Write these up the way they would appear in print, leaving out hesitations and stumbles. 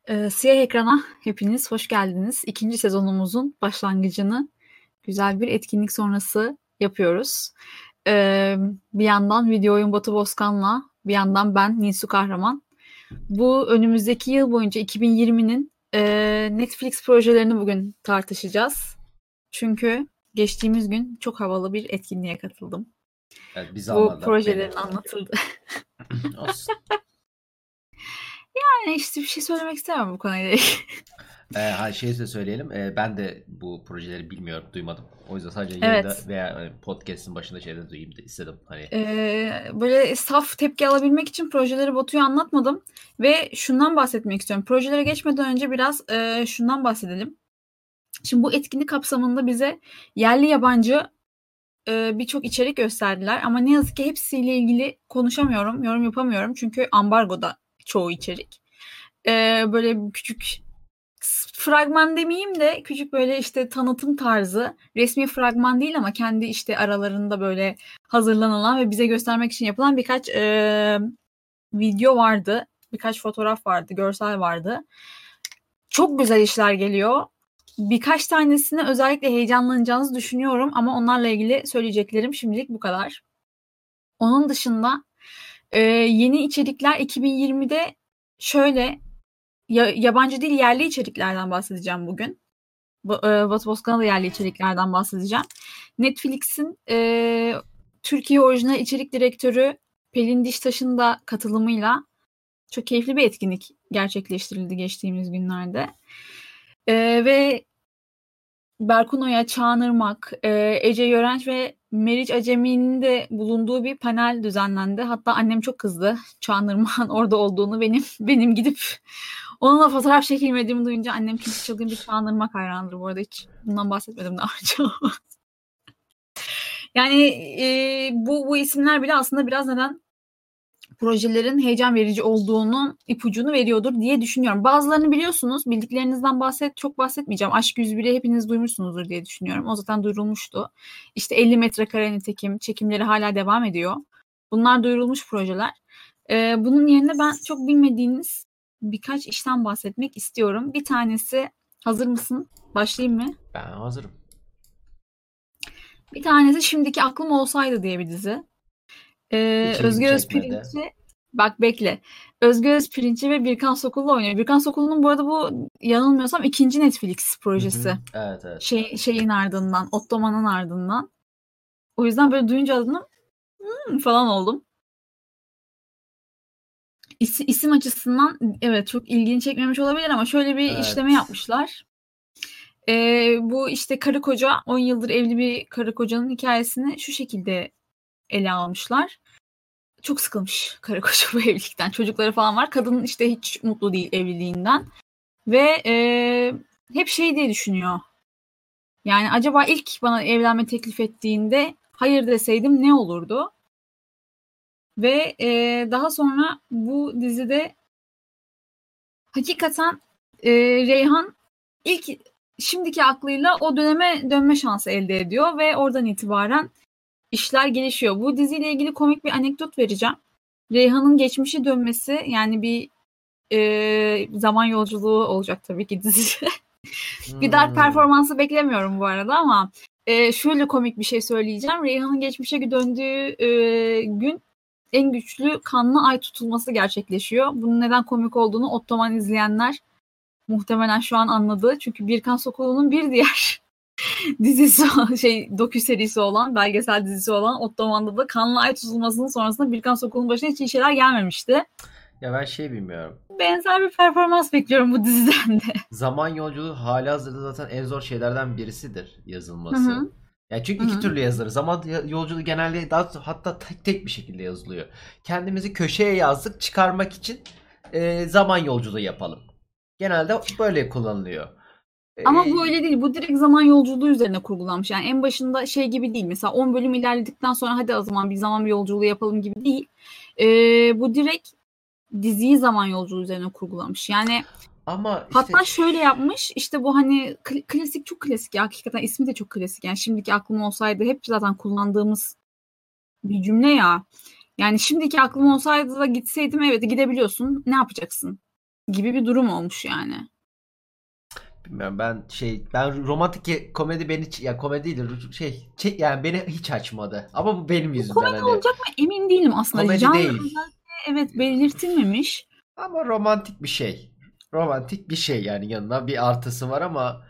Siyah Ekran'a hepiniz hoş geldiniz. İkinci sezonumuzun başlangıcını güzel bir etkinlik sonrası yapıyoruz. Bir yandan Video Oyun Batu Bozkan'la, bir yandan ben Nisu Kahraman. Bu önümüzdeki yıl boyunca 2020'nin Netflix projelerini bugün tartışacağız. Çünkü geçtiğimiz gün çok havalı bir etkinliğe katıldım. Evet, bizi Bu almadılar. projelerin anlatıldı. Olsun. Yani işte bir şey söylemek istemem bu konuyla ilgili. Şey de söyleyelim. Ben de bu projeleri bilmiyorum, duymadım. O yüzden sadece yayında Evet. veya podcast'ın başında şeyden duyayım da istedim. Hani Böyle saf tepki alabilmek için projeleri Batu'ya anlatmadım ve şundan bahsetmek istiyorum. Projelere geçmeden önce biraz şundan bahsedelim. Şimdi bu etkinlik kapsamında bize yerli yabancı birçok içerik gösterdiler ama ne yazık ki hepsiyle ilgili konuşamıyorum, yorum yapamıyorum çünkü ambargoda çoğu içerik. Böyle küçük fragman demeyeyim de küçük böyle işte tanıtım tarzı resmi fragman değil ama kendi işte aralarında böyle hazırlanılan ve bize göstermek için yapılan birkaç video vardı. Birkaç fotoğraf vardı, görsel vardı. Çok güzel işler geliyor. Birkaç tanesine özellikle heyecanlanacağınızı düşünüyorum ama onlarla ilgili söyleyeceklerim şimdilik bu kadar. Onun dışında yeni içerikler 2020'de şöyle yabancı değil yerli içeriklerden bahsedeceğim bugün. Batı Bozkan'a da yerli içeriklerden bahsedeceğim. Netflix'in Türkiye orijinal içerik direktörü Pelin Diştaş'ın da katılımıyla çok keyifli bir etkinlik gerçekleştirildi geçtiğimiz günlerde. Ve Berkun Oya, Çağan Irmak, Ece Yörenç ve Meriç Acemi'nin de bulunduğu bir panel düzenlendi. Hatta annem çok kızdı Çağan Irmak'ın orada olduğunu benim gidip onunla fotoğraf çekilmediğimi duyunca annem çünkü çılgın bir Çağan Irmak hayranıdır bu arada hiç bundan bahsetmedim daha önce. Yani bu isimler bile aslında biraz neden projelerin heyecan verici olduğunun ipucunu veriyordur diye düşünüyorum. Bazılarını biliyorsunuz. Bildiklerinizden çok bahsetmeyeceğim. Aşk 101'i hepiniz duymuşsunuzdur diye düşünüyorum. O zaten duyurulmuştu. İşte 50 metrekare nitekim çekimleri hala devam ediyor. Bunlar duyurulmuş projeler. Bunun yerine ben çok bilmediğiniz birkaç işten bahsetmek istiyorum. Bir tanesi hazır mısın? Başlayayım mı? ben hazırım. Bir tanesi Şimdiki Aklım Olsaydı diye bir dizi. Hiç ilgimi Özge çekmedi. Özpirinç'i bak bekle. Özge Özpirinç'i ve Birkan Sokullu oynuyor. Birkan Sokullu'nun bu arada bu yanılmıyorsam ikinci Netflix Hı projesi. hı. Evet, evet. Şeyin ardından, Ottoman'ın ardından. O yüzden böyle duyunca adını falan oldum. İsim açısından evet çok ilgini çekmemiş olabilir ama şöyle bir işleme Evet. yapmışlar. Bu işte karı koca 10 yıldır evli bir karı kocanın hikayesini şu şekilde ele almışlar. Çok sıkılmış karı koca bu evlilikten. Çocukları falan var. Kadın işte hiç mutlu değil evliliğinden. Ve hep şey diye düşünüyor. Yani acaba ilk bana evlenme teklif ettiğinde hayır deseydim ne olurdu? Ve daha sonra bu dizide hakikaten Reyhan ilk şimdiki aklıyla o döneme dönme şansı elde ediyor ve oradan itibaren işler gelişiyor. Bu diziyle ilgili komik bir anekdot vereceğim. Reyhan'ın geçmişe dönmesi yani bir zaman yolculuğu olacak tabii ki dizide. Bir dark Hmm. performansı beklemiyorum bu arada ama şöyle komik bir şey söyleyeceğim. Reyhan'ın geçmişe döndüğü gün en güçlü kanlı ay tutulması gerçekleşiyor. Bunun neden komik olduğunu Ottoman izleyenler muhtemelen şu an anladı. Çünkü Birkan Sokullu'nun bir diğer dizisi dokü serisi olan belgesel dizisi olan Ottoman'da da kanlı ay tutulmasının sonrasında Birkan Sokullu'nun başına hiç iyi şeyler gelmemişti. Ya ben şey bilmiyorum. Benzer bir performans bekliyorum bu diziden de. Zaman yolculuğu halihazırda zaten en zor şeylerden birisidir Hı yazılması. hı. Yani çünkü Hı iki hı. türlü yazılır. Zaman yolculuğu genelde daha hatta tek bir şekilde yazılıyor. Kendimizi köşeye yazdık çıkarmak için zaman yolculuğu yapalım. Genelde böyle kullanılıyor. Ama E, bu öyle değil. Bu direkt zaman yolculuğu üzerine kurgulanmış. Yani en başında şey gibi değil. Mesela 10 bölüm ilerledikten sonra hadi o zaman bir zaman yolculuğu yapalım gibi değil. Bu direkt diziyi zaman yolculuğu üzerine kurgulamış. Yani ama işte hatta şöyle yapmış. İşte bu hani klasik çok klasik ya. Hakikaten ismi de çok klasik. Yani şimdiki aklım olsaydı hep zaten kullandığımız bir cümle ya. Yani şimdiki aklım olsaydı da gitseydim evet gidebiliyorsun. Ne yapacaksın? gibi bir durum olmuş yani. Bilmiyorum, ben romantik komedi beni ya komedi değil yani beni hiç açmadı. Ama bu benim Bu yüzümden komedi hani. olacak mı emin değilim aslında. Komedi Janr değil. özellikle evet belirtilmemiş. Ama romantik bir şey. Romantik bir şey yani, yanına bir artısı var ama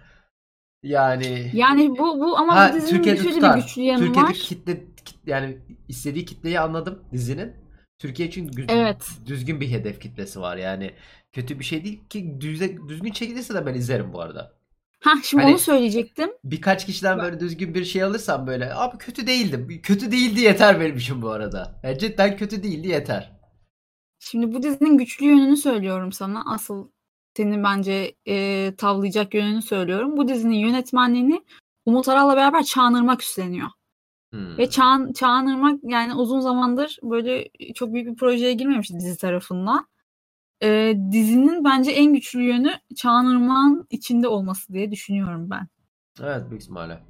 yani Yani bu ama bu ha, dizinin bir de Türkiye'de şöyle bir tutar. güçlü yanı Türkiye'de var. yani istediği kitleyi anladım dizinin. Türkiye için Evet. düzgün bir hedef kitlesi var. Yani kötü bir şey değil ki, düzgün çekilirse de ben izlerim bu arada. Şimdi onu Hani söyleyecektim. birkaç kişiden böyle düzgün bir şey alırsam böyle, abi kötü değildi. Kötü değildi yeter benim için bu arada. Yani cidden kötü değildi yeter. Şimdi bu dizinin güçlü yönünü söylüyorum sana. Asıl seni bence tavlayacak yönünü söylüyorum. Bu dizinin yönetmenliğini Umut Aral'la beraber Çağan Irmak üstleniyor. Ve Hmm. Çağan Irmak yani uzun zamandır böyle çok büyük bir projeye girmemişti dizi tarafından. Dizinin bence en güçlü yönü Çağan Irmak'ın içinde olması diye düşünüyorum ben. Evet, büyük ihtimalle.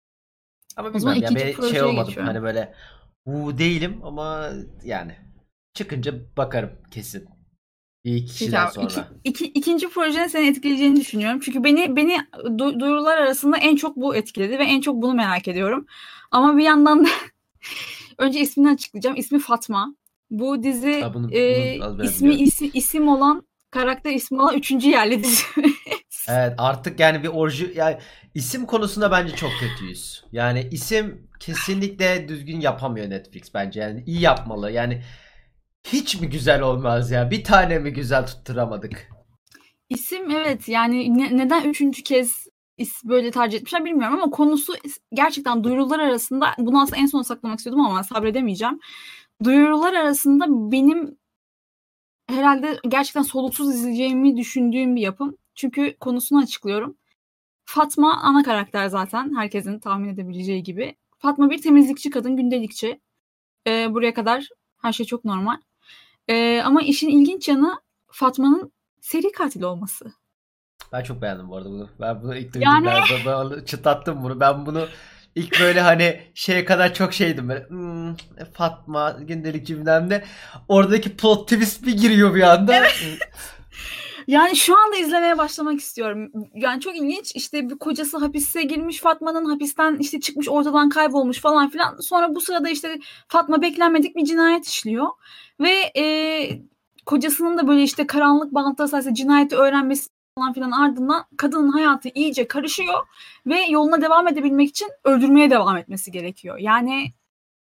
Ama O zaman bilmiyorum ya, ikinci ben projeye olmadım geçiyorum. hani böyle değilim ama yani çıkınca bakarım kesin. Bir iki Peki kişiden abi. sonra. İkinci projenin seni etkileyeceğini düşünüyorum. Çünkü beni duyurular arasında en çok bu etkiledi ve en çok bunu merak ediyorum. Ama bir yandan da önce ismini açıklayacağım. İsmi Fatma. Bu dizi Ha, bunu az ben biliyorum. isim olan karakter ismi olan üçüncü yerli dizi. Evet, artık yani yani isim konusunda bence çok kötüyüz. Yani isim kesinlikle düzgün yapamıyor Netflix bence. Yani iyi yapmalı. Yani hiç mi güzel olmaz ya? Bir tane mi güzel tutturamadık? İsim evet yani neden üçüncü kez böyle tercih etmişler bilmiyorum ama konusu gerçekten duyurular arasında bunu aslında en sona saklamak istiyordum ama sabredemeyeceğim. Duyurular arasında benim herhalde gerçekten soluksuz izleyeceğimi düşündüğüm bir yapım. Çünkü konusunu açıklıyorum. Fatma ana karakter zaten herkesin tahmin edebileceği gibi. Fatma bir temizlikçi kadın, gündelikçi. Buraya kadar her şey çok normal. Ama işin ilginç yanı Fatma'nın seri katil olması. Ben çok beğendim bu arada bunu. Ben bunu ilk duydum. Yani Ben çıtlattım bunu. Ben bunu ilk böyle hani şeye kadar çok şeydim böyle. Fatma gündelik cümlemde. Oradaki plot twist bir giriyor bir anda. yani şu anda izlemeye başlamak istiyorum. Yani çok ilginç. İşte bir kocası hapise girmiş, Fatma'nın hapisten işte çıkmış, ortadan kaybolmuş falan filan. Sonra bu sırada işte Fatma beklenmedik bir cinayet işliyor ve kocasının da böyle işte karanlık bağlantılar sayesinde cinayeti öğrenmesi falan filan ardından kadının hayatı iyice karışıyor ve yoluna devam edebilmek için öldürmeye devam etmesi gerekiyor. Yani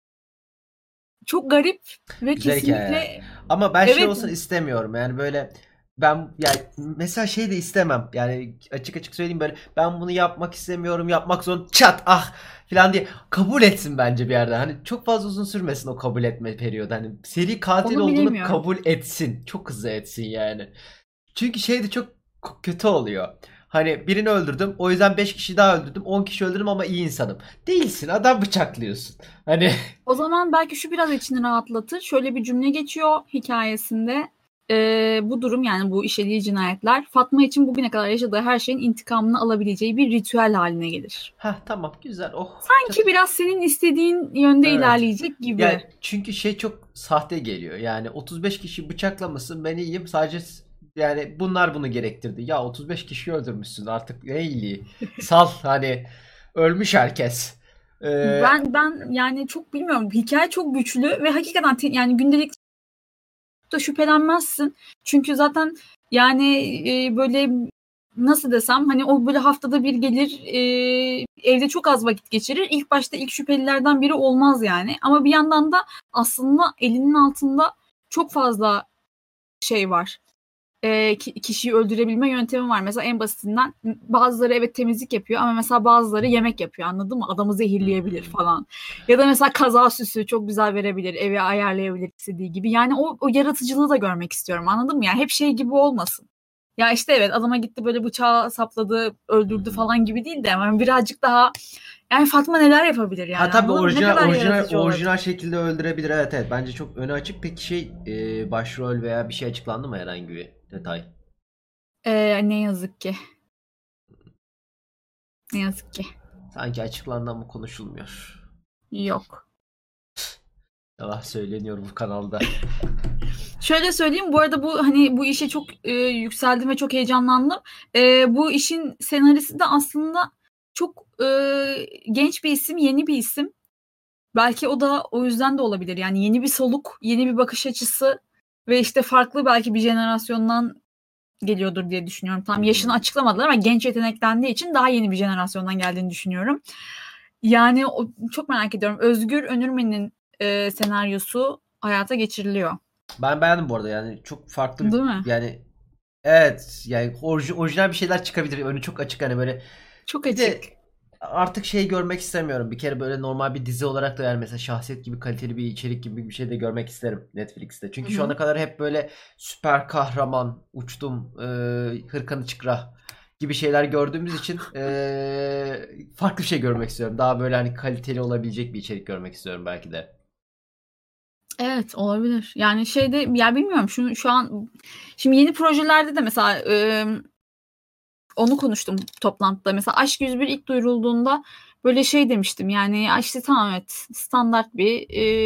çok garip ve Güzel hikaye. kesinlikle Ama ben şey evet. olsun istemiyorum. Yani böyle ben yani mesela şey de istemem. Yani açık açık söyleyeyim, böyle ben bunu yapmak istemiyorum. Yapmak zorunda çat ah falan diye kabul etsin bence bir yerde. Hani çok fazla uzun sürmesin o kabul etme periyodu. Hani seri katil Onu olduğunu bilemiyorum. kabul etsin. Çok hızlı etsin yani. Çünkü şey de çok kötü oluyor. Hani birini öldürdüm. O yüzden 5 kişi daha öldürdüm. 10 kişi öldürdüm ama iyi insanım. Değilsin. Adam bıçaklıyorsun. Hani O zaman belki şu biraz içini rahatlatır. Şöyle bir cümle geçiyor hikayesinde. Bu durum yani bu işlediği cinayetler Fatma için bugüne kadar yaşadığı her şeyin intikamını alabileceği bir ritüel haline gelir. ha tamam, güzel. Oh. Sanki biraz senin istediğin yönde Evet. ilerleyecek gibi. Ya çünkü şey çok sahte geliyor. Yani 35 kişi bıçaklamışsın, ben iyiyim. Sadece yani bunlar bunu gerektirdi. Ya 35 kişi öldürmüşsün, artık ne iyiliği. Sal hani, ölmüş herkes. Ee, Ben yani çok bilmiyorum. Hikaye çok güçlü ve hakikaten yani gündelik da şüphelenmezsin. Çünkü zaten yani böyle nasıl desem hani o böyle haftada bir gelir evde çok az vakit geçirir. İlk başta ilk şüphelilerden biri olmaz yani. Ama bir yandan da aslında elinin altında çok fazla şey var. Kişiyi öldürebilme yöntemi var. Mesela en basitinden bazıları evet temizlik yapıyor ama mesela bazıları yemek yapıyor, anladın mı? Adamı zehirleyebilir hmm. falan. Ya da mesela kaza süsü çok güzel verebilir, evi ayarlayabilir istediği gibi. Yani o yaratıcılığı da görmek istiyorum, anladın mı? Yani hep şey gibi olmasın. Ya işte evet adama gitti böyle bıçağı sapladı, öldürdü falan gibi değil de yani birazcık daha yani Fatma neler yapabilir Ha yani, tabii, anladın mı? Ne kadar yaratıcı olabilir. orijinal şekilde öldürebilir. Evet evet, bence çok önü açık. Peki başrol veya bir şey açıklandı mı, herhangi bir detay? Ne yazık ki. Ne yazık ki. Sanki açıklandı ama konuşulmuyor. Yok. Yalan söyleniyor bu kanalda. Şöyle söyleyeyim, bu arada bu işe çok yükseldim ve çok heyecanlandım. Bu işin senaristi de aslında çok genç bir isim, yeni bir isim. Belki o da o yüzden de olabilir. Yani yeni bir soluk, yeni bir bakış açısı ve işte farklı belki bir jenerasyondan geliyordur diye düşünüyorum. Tam yaşını açıklamadılar ama genç yeteneklendiği için daha yeni bir jenerasyondan geldiğini düşünüyorum. Yani çok merak ediyorum. Özgür Önürmen'in senaryosu hayata geçiriliyor. Ben beğendim bu arada, yani çok farklı Değil mi? yani, evet yani orijinal bir şeyler çıkabilir. Önü çok açık hani böyle. Çok Bir açık. de artık şey görmek istemiyorum. Bir kere böyle normal bir dizi olarak da, yani mesela Şahsiyet gibi kaliteli bir içerik gibi bir şey de görmek isterim Netflix'te. Çünkü şu Hı-hı. ana kadar hep böyle süper kahraman, uçtum, hırkanı çıkra gibi şeyler gördüğümüz için farklı bir şey görmek istiyorum. Daha böyle hani kaliteli olabilecek bir içerik görmek istiyorum belki de. Evet, olabilir. Yani ya bilmiyorum, şu an şimdi yeni projelerde de mesela onu konuştum toplantıda. Mesela Aşk 101 ilk duyurulduğunda böyle şey demiştim. Yani ya işte tamam, evet, standart bir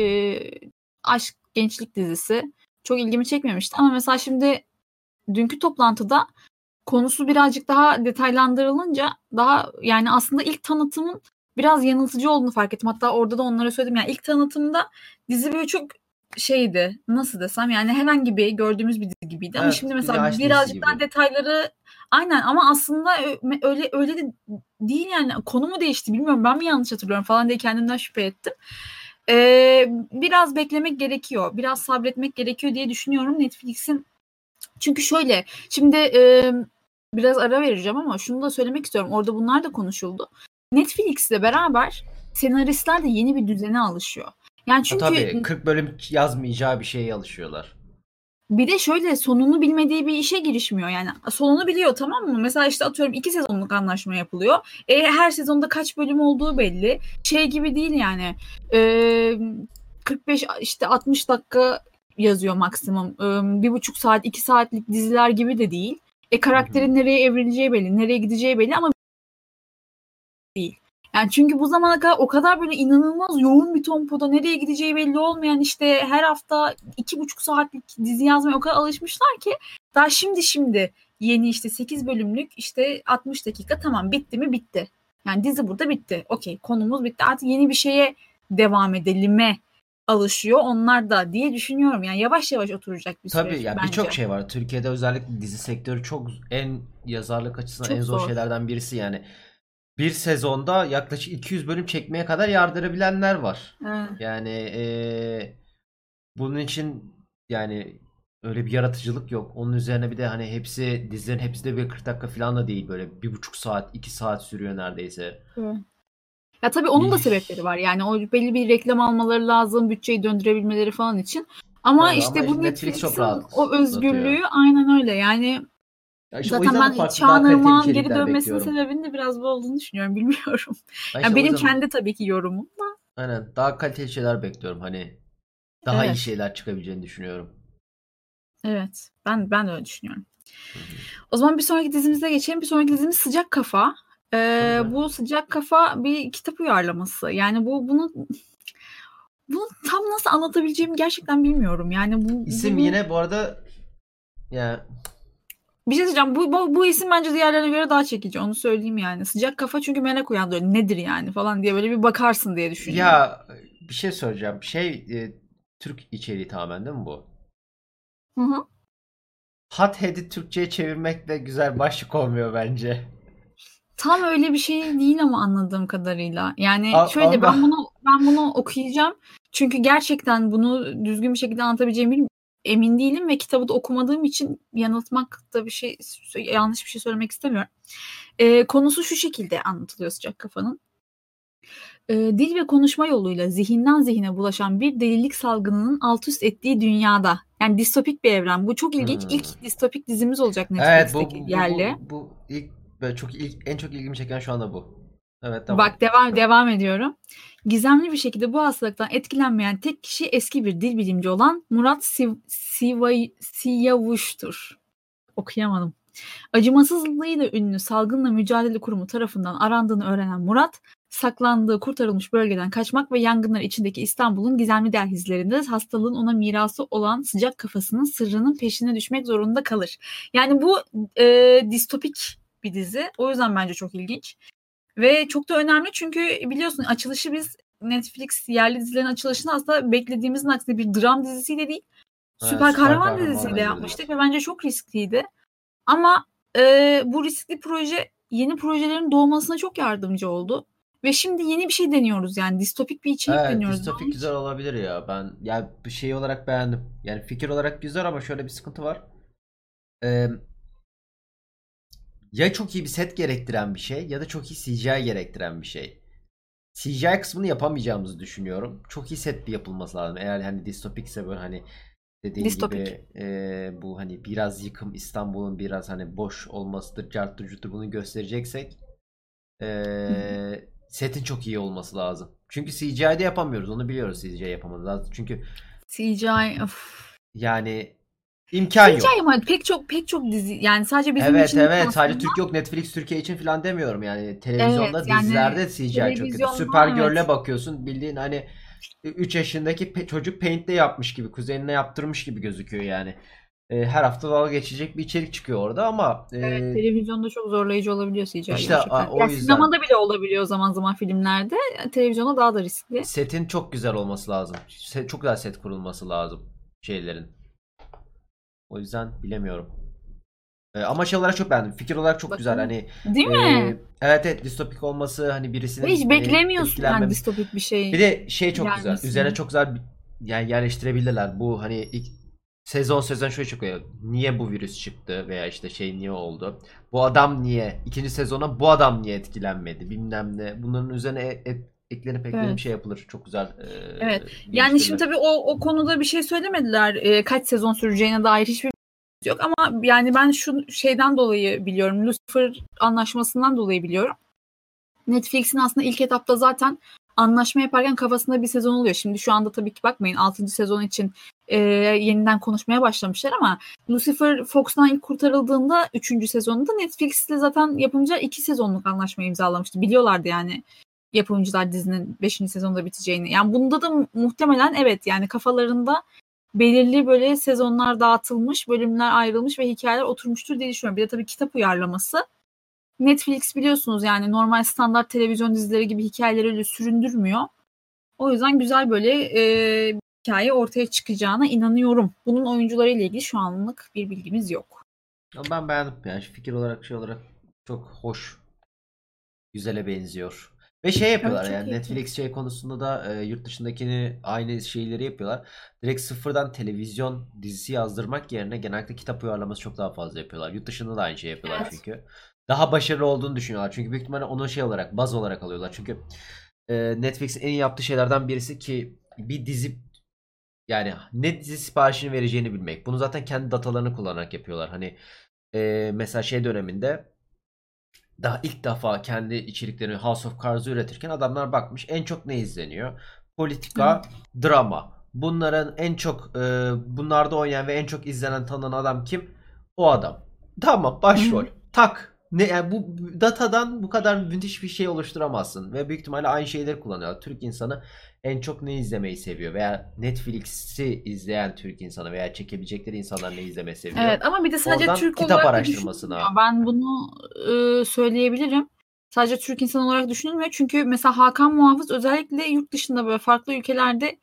aşk gençlik dizisi. Çok ilgimi çekmemişti ama mesela şimdi dünkü toplantıda konusu birazcık daha detaylandırılınca daha, yani aslında ilk tanıtımın biraz yanıltıcı olduğunu fark ettim. Hatta orada da onlara söyledim. Yani ilk tanıtımda dizi böyle çok şeydi. Nasıl desem, yani herhangi bir gördüğümüz bir dizi gibiydi. Ama Evet, şimdi bir mesela aşk dizisi birazcık daha gibi. detayları aynen, ama aslında öyle de değil yani. Konu mu değişti bilmiyorum. Ben mi yanlış hatırlıyorum falan diye kendimden şüphe ettim. Biraz beklemek gerekiyor. Biraz sabretmek gerekiyor diye düşünüyorum Netflix'in. Çünkü şöyle, şimdi biraz ara vereceğim ama şunu da söylemek istiyorum. Orada bunlar da konuşuldu. Netflix'le beraber senaristler de yeni bir düzene alışıyor. Yani Ha çünkü tabii, 40 bölüm yazmayacağı bir şeye alışıyorlar. bir de şöyle, sonunu bilmediği bir işe girişmiyor. Yani sonunu biliyor, tamam mı? Mesela işte atıyorum 2 sezonluk anlaşma yapılıyor. Her sezonda kaç bölüm olduğu belli. Şey gibi değil yani. E, 45 işte 60 dakika yazıyor maksimum. 1,5 saat 2 saatlik diziler gibi de değil. Hı hı. Karakterin nereye evrileceği belli, nereye gideceği belli ama değil. Yani çünkü bu zamana kadar o kadar böyle inanılmaz yoğun bir tempoda nereye gideceği belli olmayan, işte her hafta 2,5 saatlik dizi yazmaya o kadar alışmışlar ki daha şimdi yeni işte 8 bölümlük işte 60 dakika, tamam, bitti mi bitti. Yani dizi burada bitti. Okey, konumuz bitti. Artık yeni bir şeye devam edelim'e alışıyor onlar da diye düşünüyorum. Yani yavaş yavaş oturacak bir Tabii süreç ya, birçok bence. şey var. Türkiye'de özellikle dizi sektörü çok, en yazarlık açısından en Çok zor zor. şeylerden birisi yani. Bir sezonda yaklaşık 200 bölüm çekmeye kadar yardırabilenler var. Evet. Yani bunun için yani öyle bir yaratıcılık yok. Onun üzerine bir de hani dizilerin hepsi de bir 40 dakika falan da değil, böyle 1,5 saat 2 saat sürüyor neredeyse. Evet. Ya tabii onun da Bir, sebepleri var. Yani o belli bir reklam almaları lazım, bütçeyi döndürebilmeleri falan için. Ama tabii ama işte işte bu Netflix çok Netflix'in o rahatlatıyor. özgürlüğü aynen öyle. Yani Ya işte o zaten yüzden de ben farklı, daha Çağan kaliteli Irmak'ın geri içerikler dönmesinin bekliyorum. sebebinin de biraz bu olduğunu düşünüyorum. Bilmiyorum. Ben işte Yani o benim yüzden kendi tabii ki yorumum da. aynen daha kaliteli şeyler bekliyorum. Hani daha iyi Evet. şeyler çıkabileceğini düşünüyorum. Evet. Ben de öyle düşünüyorum. Hı hı. O zaman bir sonraki dizimize geçelim. Bir sonraki dizimiz Sıcak Kafa. Tabii. Bu Sıcak Kafa bir kitap uyarlaması. Yani bunu tam nasıl anlatabileceğimi gerçekten bilmiyorum. Yani İsim yine bu arada, yani bir şey diyeceğim. Bu isim bence diğerlerine göre daha çekici. Onu söyleyeyim yani. Sıcak Kafa çünkü merak uyandırıyor. Nedir yani falan diye böyle bir bakarsın diye düşünüyorum. ya bir şey soracağım. Türk içeriği tamamen değil mi bu? Hı hı. Hot Head'i Türkçe'ye çevirmek de güzel başlık olmuyor bence. Tam öyle bir şey değil ama anladığım kadarıyla. Yani şöyle, Ama ben bunu okuyacağım. Çünkü gerçekten bunu düzgün bir şekilde anlatabileceğimi emin değilim ve kitabı da okumadığım için yanıltmak da yanlış bir şey söylemek istemiyorum. Konusu şu şekilde anlatılıyor Sıcak Kafa'nın. Dil ve konuşma yoluyla zihinden zihine bulaşan bir delilik salgınının alt üst ettiği dünyada. Yani distopik bir evren. Bu çok ilginç. hmm. İlk distopik dizimiz olacak Evet, bu Netflix'teki bu bu yerli. bu, bu ilk böyle en çok ilgimi çeken şu anda bu. Evet, tamam. Bak, devam ediyorum. Gizemli bir şekilde bu hastalıktan etkilenmeyen tek kişi eski bir dil bilimci olan Murat Siyavuş'tur. Okuyamadım. Acımasızlığıyla ünlü Salgınla Mücadele Kurumu tarafından arandığını öğrenen Murat, saklandığı kurtarılmış bölgeden kaçmak ve yangınlar içindeki İstanbul'un gizemli dehlizlerinde hastalığın ona mirası olan sıcak kafasının sırrının peşine düşmek zorunda kalır. Yani bu distopik bir dizi. O yüzden bence çok ilginç. Ve çok da önemli çünkü biliyorsun açılışı biz Netflix yerli dizilerin açılışını aslında beklediğimizin aksine bir dram dizisiyle değil, süper Süper kahraman kahramanla dizisiyle girdiler. yapmıştık ve bence çok riskliydi. Ama bu riskli proje yeni projelerin doğmasına çok yardımcı oldu. Ve şimdi yeni bir şey deniyoruz yani distopik bir içerik Evet, deniyoruz. distopik güzel olabilir ya. Ben ya bir şey olarak beğendim. Yani fikir olarak güzel ama şöyle bir sıkıntı var. Ee, Ya çok iyi bir set gerektiren bir şey ya da çok iyi CGI gerektiren bir şey. CGI kısmını yapamayacağımızı düşünüyorum. Çok iyi set bir yapılması lazım. Eğer hani distopikse böyle hani dediğin Distopik. gibi bu hani biraz yıkım İstanbul'un biraz hani boş olmasıdır, carttır curttur bunu göstereceksek setin çok iyi olması lazım. Çünkü CGI'de yapamıyoruz. Onu biliyoruz, CGI yapamamız lazım. Çünkü CGI. Of. yani imkan CGI yok. ama pek çok dizi yani sadece bizim Evet, için değil evet, sadece aslında. Türk yok, Netflix Türkiye için falan demiyorum yani, Evet televizyonda yani dizilerde CGI çok kötü. televizyonda Supergirl'e evet. bakıyorsun, bildiğin hani 3 yaşındaki çocuk Paint'te yapmış gibi, kuzenine yaptırmış gibi gözüküyor yani. Her hafta dalga geçecek bir içerik çıkıyor orada ama Evet, televizyonda çok zorlayıcı olabiliyor CGI işte gerçekten. o Ya yüzden sinemada bile olabiliyor zaman zaman filmlerde. Televizyonda daha da riskli. setin çok güzel olması lazım. Çok güzel set kurulması lazım şeylerin. O yüzden bilemiyorum. Ama şey olarak çok beğendim. Fikir olarak çok güzel. Bakalım. Hani Değil e, mi? evet, evet, distopik olması, hani Ve birisinin hiç hani beklemiyorsun yani etkilenmemesi. distopik bir Bir şey de şey çok güzel. Üzerine gelmesini. çok güzel yani yerleştirebilirler. Bu hani ilk sezon şöyle çıkıyor. Niye bu virüs çıktı veya işte şey niye oldu? Bu adam niye? İkinci sezona bu adam niye etkilenmedi? Bilmem ne. Bunların üzerine eklenip Evet. şey yapılır. Çok güzel Evet. Yani şimdi geliştirilir. tabii o konuda bir şey söylemediler. Kaç sezon süreceğine dair hiçbir yok ama yani ben şu şeyden dolayı biliyorum. Lucifer anlaşmasından dolayı biliyorum. Netflix'in aslında ilk etapta zaten anlaşma yaparken kafasında bir sezon oluyor. Şimdi şu anda tabii ki bakmayın 6. sezon için yeniden konuşmaya başlamışlar ama Lucifer Fox'tan ilk kurtarıldığında 3. sezonunda Netflix'le zaten yapımcılar 2 sezonluk anlaşma imzalamıştı. Biliyorlardı yani yapımcılar dizinin 5. sezonda biteceğini. Yani bunda da muhtemelen evet yani kafalarında belirli böyle sezonlar dağıtılmış, bölümler ayrılmış ve hikayeler oturmuştur diye düşünüyorum. Bir de tabii kitap uyarlaması. Netflix biliyorsunuz yani normal standart televizyon dizileri gibi hikayeleri öyle süründürmüyor. O yüzden güzel böyle bir hikaye ortaya çıkacağına inanıyorum. Bunun oyuncularıyla ilgili şu anlık bir bilgimiz yok. Ama ben beğendim yani, fikir olarak şey olarak çok hoş. Güzele benziyor. Ve şey Evet yapıyorlar çok yani, keyifli. Netflix şey konusunda da yurt dışındakini aynı şeyleri yapıyorlar. Direkt sıfırdan televizyon dizisi yazdırmak yerine genellikle kitap uyarlaması çok daha fazla yapıyorlar. Yurt dışında da aynı şey yapıyorlar Evet. çünkü. Daha başarılı olduğunu düşünüyorlar. Çünkü büyük ihtimalle onu şey olarak, baz olarak alıyorlar. Çünkü Netflix'in en iyi yaptığı şeylerden birisi ki bir dizi, yani ne dizi siparişini vereceğini bilmek. Bunu zaten kendi datalarını kullanarak yapıyorlar. Hani mesela şey döneminde daha ilk defa kendi içeriklerini House of Cards'ı üretirken adamlar bakmış en çok ne izleniyor? Politika, Evet. drama. Bunların en çok bunlarda oynayan ve en çok izlenen tanınan adam kim? O adam. Tamam, Hı başrol. hı. Tak. Ne yani, bu datadan bu kadar müthiş bir şey oluşturamazsın ve büyük ihtimalle aynı şeyleri kullanıyorlar. Türk insanı en çok ne izlemeyi seviyor veya Netflix'i izleyen Türk insanı veya çekebilecekleri insanlar ne izlemeyi seviyor? Evet ama bir de sadece Oradan Türk kitap olarak da araştırmasına. düşünülmüyor. Ben bunu söyleyebilirim. Sadece Türk insan olarak düşünülmüyor. Çünkü mesela Hakan Muhafız özellikle yurt dışında böyle farklı ülkelerde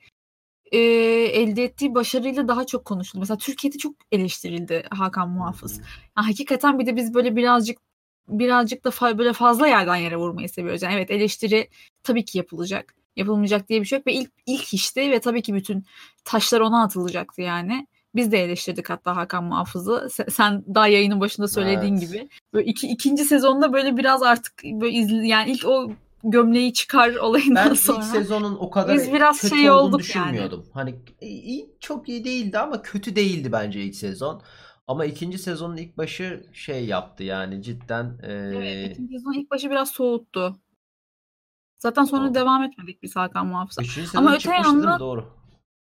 elde ettiği başarıyla daha çok konuşuldu. Mesela Türkiye'de çok eleştirildi Hakan Hı Muhafız. hı. Ya, hakikaten bir de biz böyle birazcık da böyle fazla yerden yere vurmayı seviyoruz. Yani evet eleştiri tabii ki yapılacak. Yapılmayacak diye bir şey yok ve ilk işti ve tabii ki bütün taşlar ona atılacaktı yani. Biz de eleştirdik hatta Hakan Muhafız'ı. Sen daha yayının başında söylediğin Evet. gibi. Böyle ikinci sezonda böyle biraz artık böyle yani ilk o gömleği çıkar olayından Ben ilk sonra sezonun o kadar biz biraz kötü şey olduğunu olduk yani. düşünmüyordum. Hani iyi, çok iyi değildi ama kötü değildi bence ilk sezon. Ama ikinci sezonun ilk başı şey yaptı yani, cidden Evet, ikinci sezon ilk başı biraz soğuttu. Zaten sonra o devam etmedik biz Hakan Muhafız'a. üçüncü sezon Ama öte çıkmıştı değil mi? yandan Doğru.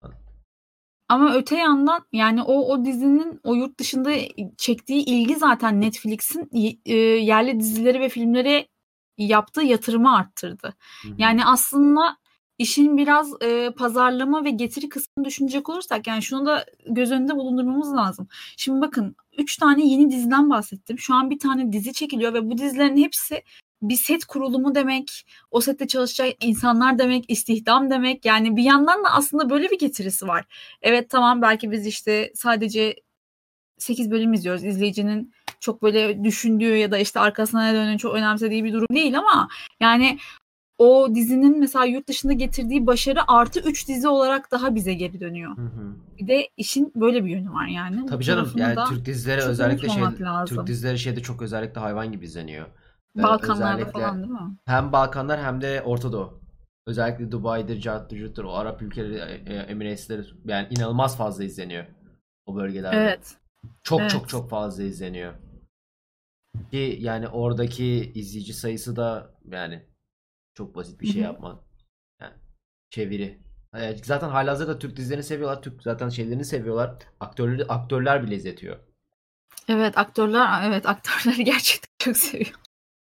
yani o dizinin o yurt dışında çektiği ilgi zaten Netflix'in yerli dizileri ve filmleri yaptığı yatırımı arttırdı. Hı hı. Yani aslında işin biraz pazarlama ve getiri kısmını düşünecek olursak yani şunu da göz önünde bulundurmamız lazım. Şimdi bakın 3 tane yeni diziden bahsettim. Şu an bir tane dizi çekiliyor ve bu dizilerin hepsi bir set kurulumu demek, o sette çalışacak insanlar demek, istihdam demek. Yani bir yandan da aslında böyle bir getirisi var. Evet tamam belki biz işte sadece 8 bölüm izliyoruz. İzleyicinin çok böyle düşündüğü ya da işte arkasına ne döndüğünü çok önemsediği bir durum değil ama yani o dizinin mesela yurt dışında getirdiği başarı artı 3 dizi olarak daha bize geri dönüyor. Hı hı. Bir de işin böyle bir yönü var yani. Tabii Bu canım tarafını yani da Türk dizileri çok özellikle unutmamak Türk lazım. dizileri şeyde çok özellikle hayvan gibi izleniyor. Balkanlarda Özellikle falan değil mi? hem Balkanlar hem de Orta Doğu. Özellikle Dubai'dir, Cart'tır, Curt'tur, o Arap ülkeleri, Emirates'leri yani inanılmaz fazla izleniyor o bölgelerde. Evet. Çok çok Evet. çok fazla izleniyor. Ki yani oradaki izleyici sayısı da yani çok basit bir Hı şey hı. yapman. Yani çeviri. Zaten halihazırda Türk dizilerini seviyorlar. Türk zaten şeylerini seviyorlar. Aktörler bile izletiyor. Evet aktörler gerçekten çok seviyorum.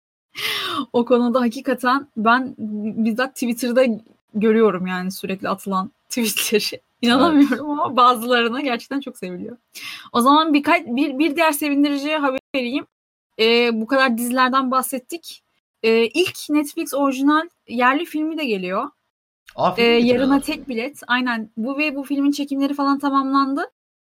O konuda hakikaten ben bizzat Twitter'da görüyorum yani sürekli atılan tweetleri. Evet. İnanamıyorum ama bazılarına gerçekten çok seviliyor. O zaman bir diğer sevindirici haber vereyim. Bu kadar dizilerden bahsettik. İlk Netflix orijinal yerli filmi de geliyor. Film mi Yarına getiriyorlar? tek bilet. Aynen. Bu filmin çekimleri falan tamamlandı.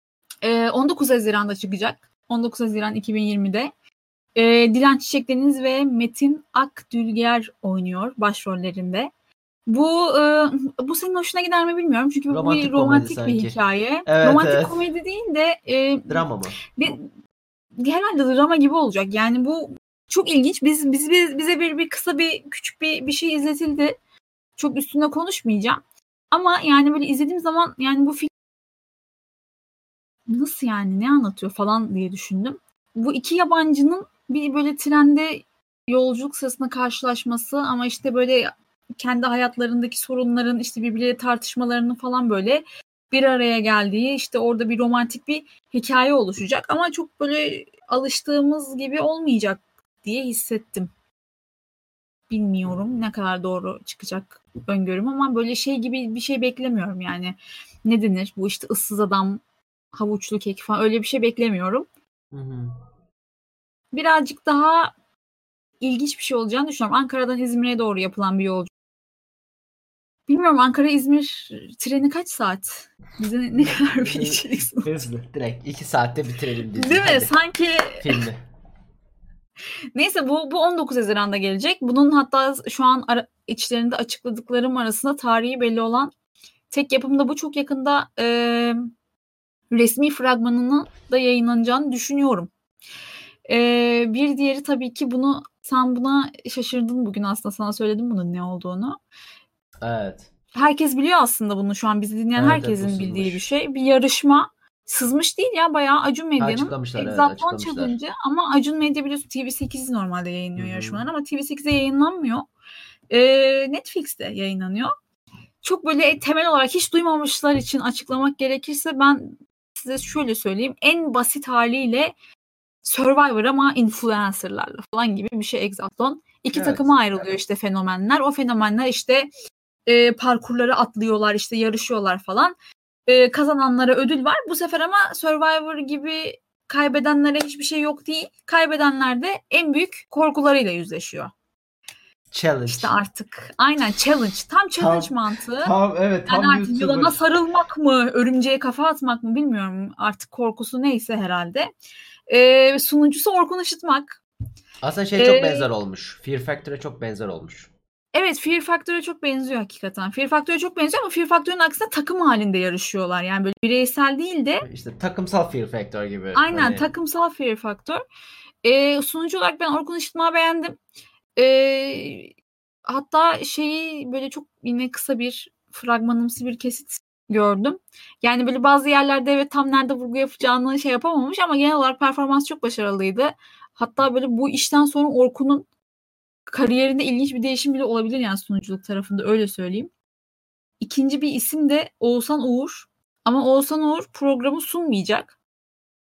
19 Haziran'da çıkacak. 19 Haziran 2020'de. Dilan Çiçek ve Metin Akdülger oynuyor başrollerinde. Bu senin hoşuna gider mi bilmiyorum. Çünkü bu bir Romantik komedi romantik bir sanki. hikaye. Evet, Romantik evet. komedi değil de Drama mı? bir, herhalde drama gibi olacak. Yani bu çok ilginç. Bize bir kısa küçük bir şey izletildi. Çok üstüne konuşmayacağım. Ama yani böyle izlediğim zaman yani bu film nasıl yani ne anlatıyor falan diye düşündüm. Bu iki yabancının bir böyle trende yolculuk sırasında karşılaşması ama işte böyle kendi hayatlarındaki sorunların işte birbirleriyle tartışmalarının falan böyle bir araya geldiği işte orada bir romantik bir hikaye oluşacak ama çok böyle alıştığımız gibi olmayacak diye hissettim. Bilmiyorum ne kadar doğru çıkacak öngörüm ama böyle şey gibi bir şey beklemiyorum yani. Ne denir? Bu işte ıssız adam, havuçlu kek falan öyle bir şey beklemiyorum. Hı hı. Birazcık daha ilginç bir şey olacağını düşünüyorum. Ankara'dan İzmir'e doğru yapılan bir yolculuk. Bilmiyorum Ankara-İzmir treni kaç saat? Bize ne kadar bir içerik sunacak? Hızlı. Direkt 2 saatte bitirelim diziyi. Değil mi? Hadi. Sanki Filmi. neyse bu 19 Haziran'da gelecek. Bunun hatta şu an içlerinde açıkladıklarım arasında tarihi belli olan tek yapımda bu çok yakında resmi fragmanının da yayınlanacağını düşünüyorum. Bir diğeri tabii ki sen buna şaşırdın bugün aslında sana söyledim bunun ne olduğunu. Evet. Herkes biliyor aslında bunu şu an bizi dinleyen Evet, evet, bu herkesin bildiği bir sızmış. şey. Bir yarışma. Sızmış değil ya bayağı Acun Ha, Medya'nın açıklamışlar, evet, Hexatlon açıklamışlar. Challenge'ı ama Acun Medya biliyorsun TV8 normalde Hı yayınlıyor hı. yarışmaları ama TV8'de yayınlanmıyor. Netflix'te yayınlanıyor. Çok böyle temel olarak hiç duymamışlar için açıklamak gerekirse ben size şöyle söyleyeyim. En basit haliyle Survivor ama influencerlarla falan gibi bir şey Hexatlon. İki Evet. takıma ayrılıyor işte fenomenler. O fenomenler işte parkurları atlıyorlar işte yarışıyorlar falan. Kazananlara ödül var. Bu sefer ama Survivor gibi kaybedenlere hiçbir şey yok değil. Kaybedenler de en büyük korkularıyla yüzleşiyor. İşte Challenge. artık aynen challenge. Tam challenge Tam mantığı. tam evet, Yani tam artık yılana YouTuber. sarılmak mı, örümceğe kafa atmak mı bilmiyorum. Artık korkusu neyse herhalde. Sunucusu Orkun Işıtmak. Aslında şey çok Ee, benzer olmuş. Fear Factor'a çok benzer olmuş. evet Fear Factor'a çok benziyor hakikaten. Fear Factor'a çok benziyor ama Fear Factor'ın aksine takım halinde yarışıyorlar. Yani böyle bireysel değil de İşte takımsal Fear Factor gibi. aynen Hani takımsal Fear Factor. Sunucu olarak ben Orkun Işıtmak'ı beğendim. Ee, hatta şeyi böyle çok yine kısa bir fragmanımsı bir kesit gördüm. Yani böyle bazı yerlerde evet tam nerede vurgu yapacağını şey yapamamış ama genel olarak performans çok başarılıydı. Hatta böyle bu işten sonra Orkun'un kariyerinde ilginç bir değişim bile olabilir yani sunuculuk tarafında öyle söyleyeyim. İkinci bir isim de Oğuzhan Uğur. Ama Oğuzhan Uğur programı sunmayacak.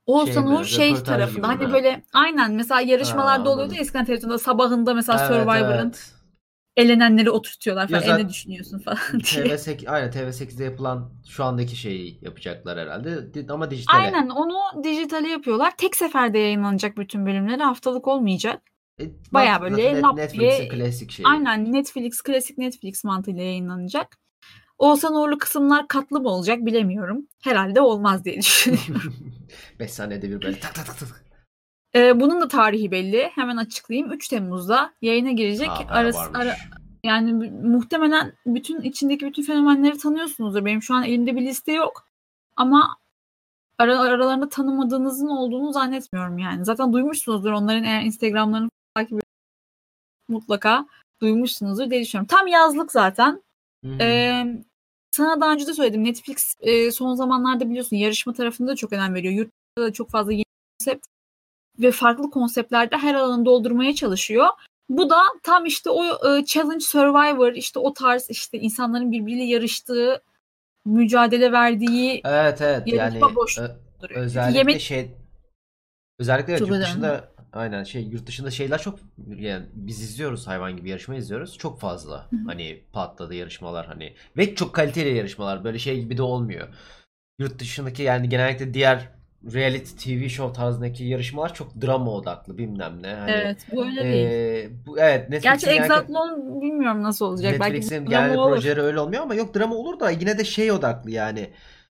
Oğuzhan Şey Uğur mi? şey Röportaj tarafında gibi hani mi? böyle aynen mesela Ha, yarışmalarda oluyordu ya anladım. eskiden televizyonda sabahında mesela Evet, Survivor'ın evet. elenenleri oturtuyorlar Ya falan. Ne zaten düşünüyorsun falan diye. TV8, aynen TV8'de yapılan şu andaki şeyi yapacaklar herhalde. Ama dijitale. Aynen onu dijitale yapıyorlar. Tek seferde yayınlanacak bütün bölümleri. Haftalık olmayacak. Baya Mantıklı, zaten böyle lap Netflix'in diye klasik şeyi. aynen Netflix klasik Netflix mantığıyla yayınlanacak. Oğuzhan Uğurlu kısımlar katlı mı olacak bilemiyorum. Herhalde olmaz diye düşünüyorum. 5 saniyede bir böyle tak tak tak tak. Bunun da tarihi belli. Hemen açıklayayım. 3 Temmuz'da yayına girecek. Ha, bayağı varmış. Yani muhtemelen içindeki bütün fenomenleri tanıyorsunuzdur. Benim şu an elimde bir liste yok. Ama aralarında tanımadığınızın olduğunu zannetmiyorum yani. Zaten duymuşsunuzdur onların eğer Instagram'larını takip edip mutlaka duymuşsunuzdur diye düşünüyorum. Tam yazlık zaten. Hı hı. Ee, Sana daha önce de söyledim. Netflix son zamanlarda biliyorsun yarışma tarafında da çok önem veriyor. Yurt dışında da çok fazla yeni konsept ve farklı konseptlerde her alanı doldurmaya çalışıyor. Bu da tam işte o Challenge Survivor işte o tarz işte insanların birbiriyle yarıştığı, mücadele verdiği Evet, evet, yarışma yani boşluğu duruyor. Çünkü özellikle yemek şey, özellikle evet, çok yurt önemli. dışında aynen şey, yurt dışında şeyler çok, yani biz izliyoruz, hayvan gibi yarışma izliyoruz. Çok fazla Hı hı. hani patladı yarışmalar hani, ve çok kaliteli yarışmalar, böyle şey gibi de olmuyor. Yurt dışındaki yani genellikle diğer reality TV show tarzındaki yarışmalar çok drama odaklı, bilmem ne. Hani Evet, bu öyle değil. bu evet, Gerçi Netflix'in genellikle Exatlon bilmiyorum nasıl olacak. Belki bu Netflix'in drama genelde olur. projeleri öyle olmuyor, ama yok, drama olur da yine de şey odaklı yani.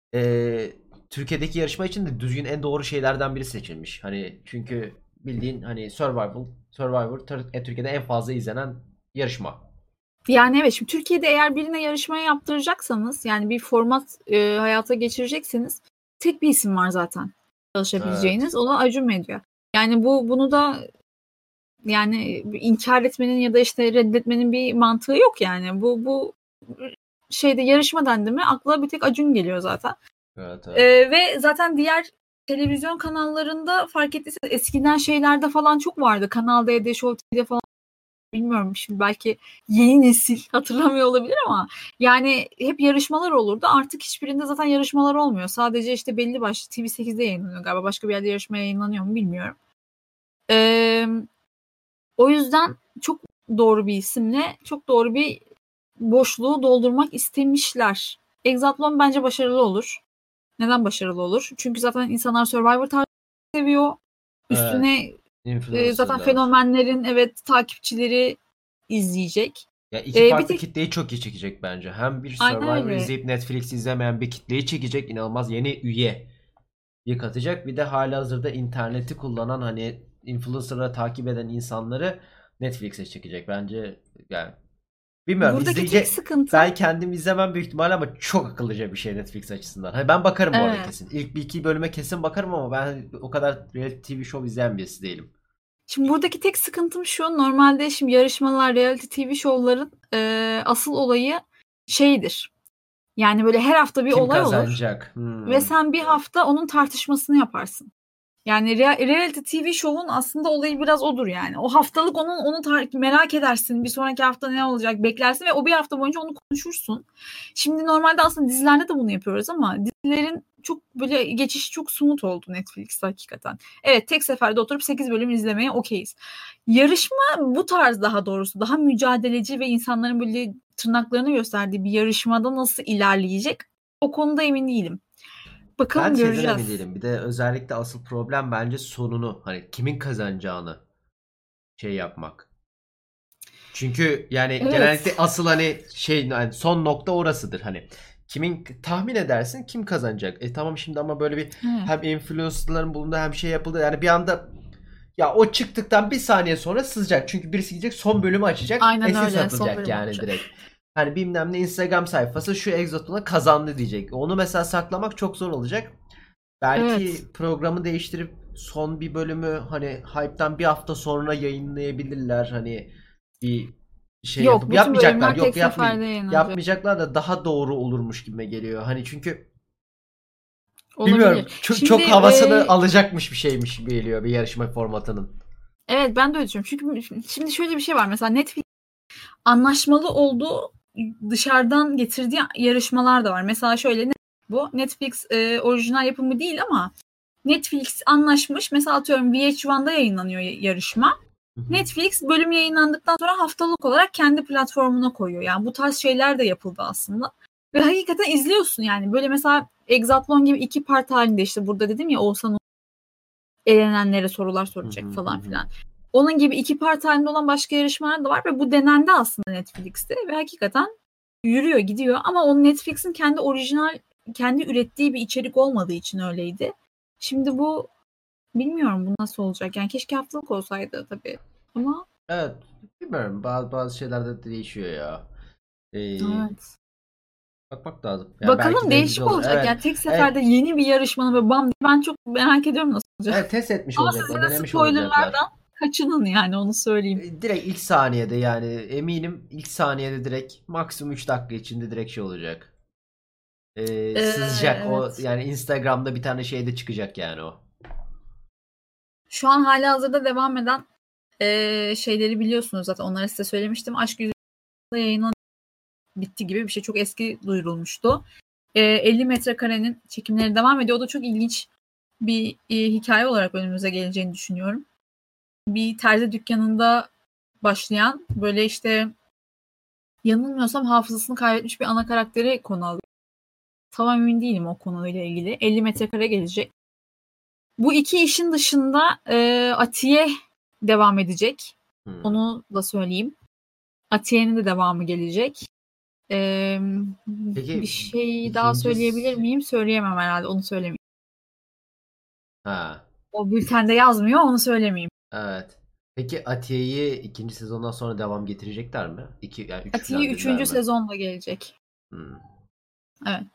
Türkiye'deki yarışma için de düzgün en doğru şeylerden biri seçilmiş. Hani çünkü bildiğin hani Survivor Türkiye'de en fazla izlenen yarışma. Yani evet şimdi Türkiye'de eğer birine yarışmaya yaptıracaksanız yani bir format hayata geçirecekseniz tek bir isim var zaten Evet. çalışabileceğiniz. O da Acun Medya. Yani bunu da yani inkar etmenin ya da işte reddetmenin bir mantığı yok yani. Bu şeyde yarışma dendi mi akla bir tek Acun geliyor zaten. Evet, evet. Ve zaten diğer televizyon kanallarında fark ettiyseniz eskiden şeylerde falan çok vardı. Kanal D'de, Show TV'de falan bilmiyorum şimdi belki yeni nesil hatırlamıyor olabilir ama yani hep yarışmalar olurdu. Artık hiçbirinde zaten yarışmalar olmuyor. Sadece işte belli başlı TV8'de yayınlanıyor galiba. Başka bir yerde yarışma yayınlanıyor mu bilmiyorum. Ee, O yüzden çok doğru bir isimle çok doğru bir boşluğu doldurmak istemişler. Exatlon bence başarılı olur. Neden başarılı olur? Çünkü zaten insanlar Survivor tarzı seviyor. Evet. Üstüne zaten Influencer'lar. fenomenlerin evet takipçileri izleyecek. Ya iki Bir farklı tek kitleyi çok iyi çekecek bence. Hem bir aynen Survivor öyle. izleyip Netflix izlemeyen bir kitleyi çekecek. İnanılmaz yeni üye katacak. Bir de halihazırda interneti kullanan hani influencer'ları takip eden insanları Netflix'e çekecek. Bence yani bilmiyorum, Buradaki tek izleyecek. sıkıntı Ben kendim izlemem büyük ihtimal, ama çok akıllıca bir şey Netflix açısından. Hani ben bakarım bu arada evet. kesin. İlk bir iki bölüme kesin bakarım, ama ben o kadar reality TV show izleyen birisi değilim. Şimdi buradaki tek sıkıntım şu. Normalde şimdi yarışmalar, reality TV şovların asıl olayı şeydir. Yani böyle her hafta bir Kim olay olur kazanacak? ve sen bir hafta onun tartışmasını yaparsın. Yani reality TV şovun aslında olayı biraz odur yani. O haftalık merak edersin. Bir sonraki hafta ne olacak beklersin ve o bir hafta boyunca onu konuşursun. Şimdi normalde aslında dizilerde de bunu yapıyoruz ama dizilerin çok böyle geçişi çok smooth oldu Netflix'te hakikaten. Evet tek seferde oturup 8 bölüm izlemeye okeyiz. Yarışma bu tarz daha doğrusu daha mücadeleci ve insanların böyle tırnaklarını gösterdiği bir yarışmada nasıl ilerleyecek o konuda emin değilim. Ben Bakalım şeyden emin göreceğiz. değilim. Bir de özellikle asıl problem bence sonunu, hani kimin kazanacağını şey yapmak. Çünkü yani Evet. genellikle asıl hani şey, hani son nokta orasıdır hani. Kimin tahmin edersin kim kazanacak? Tamam, şimdi ama böyle bir Evet. hem influencer'ların bulunduğu hem şey yapıldı. Yani bir anda ya o çıktıktan bir saniye sonra sızacak. Çünkü birisi gidecek son bölümü açacak. Aynen SS öyle. Son atılacak bölüm yani olacak. direkt. Hani bilmem ne Instagram sayfası şu Exoton'a kazandı diyecek. Onu mesela saklamak çok zor olacak. Evet. Belki programı değiştirip son bir bölümü hani hype'tan bir hafta sonra yayınlayabilirler. Hani bir şey Yok, yapıp bütün yapmayacaklar. bölümler Yok, tek seferde yayınlanacak. yapmayacaklar da daha doğru olurmuş gibime geliyor. Hani çünkü bilmiyorum, Olabilir. çok Şimdi havasını alacakmış bir şeymiş gibi geliyor bir yarışma formatının. evet ben de öyle düşünüyorum. Çünkü şimdi şöyle bir şey var. Mesela Netflix anlaşmalı olduğu dışarıdan getirdiği yarışmalar da var. Mesela şöyle bu Netflix orijinal yapımı değil ama Netflix anlaşmış. Mesela atıyorum VH1'da yayınlanıyor yarışma. Netflix bölüm yayınlandıktan sonra haftalık olarak kendi platformuna koyuyor. Yani bu tarz şeyler de yapıldı aslında. Ve hakikaten izliyorsun yani. Böyle mesela Exatlon gibi 2 part halinde, işte burada dedim ya Oğuzhan elenenlere sorular soracak falan filan. Onun gibi 2 part halinde olan başka yarışmalar da var ve bu denendi aslında Netflix'te ve hakikaten yürüyor, gidiyor. Ama o Netflix'in kendi orijinal, kendi ürettiği bir içerik olmadığı için öyleydi. Şimdi bu bilmiyorum bu nasıl olacak. Yani keşke haftalık olsaydı tabii. Ama Evet. Bilmiyorum. Bazı şeyler de değişiyor ya. Ee, evet. bakmak lazım. Yani belki Bakalım de güzel değişik olur. olacak. Evet. Yani tek seferde Evet. yeni bir yarışmanın ve bam, ben çok merak ediyorum nasıl Evet, olacak. test etmiş Ama olacak. siz O de denemiş olacaklar. spoilerlardan kaçının yani, onu söyleyeyim. Direkt ilk saniyede, yani eminim ilk saniyede direkt maksimum 3 dakika içinde direkt şey olacak. Sızacak o, Evet. yani Instagram'da bir tane şeyde çıkacak yani o. Şu an halihazırda devam eden şeyleri biliyorsunuz zaten. Onları size söylemiştim. Aşk Yüzü'nde yayınlanıyor. Bitti gibi bir şey. Çok eski duyurulmuştu. 50 metrekarenin çekimleri devam ediyor. O da çok ilginç bir hikaye olarak önümüze geleceğini düşünüyorum. Bir terzi dükkanında başlayan, böyle işte yanılmıyorsam hafızasını kaybetmiş bir ana karakteri konu alıyor. Tamam, emin değilim o konuyla ilgili. 50 metrekare gelecek. Bu iki işin dışında Atiye devam edecek. Hmm. Onu da söyleyeyim. Atiye'nin de devamı gelecek. Ee, bir Peki şey daha söyleyebilir ikincisi, miyim? Söyleyemem herhalde. Onu söylemeyeyim. ha, O bültende yazmıyor. Onu söylemeyeyim. evet. Peki Atiye'yi ikinci sezondan sonra devam getirecekler mi? İki, yani 3 Atiye falan dediler 3. mi? sezonda gelecek. Hmm. Evet.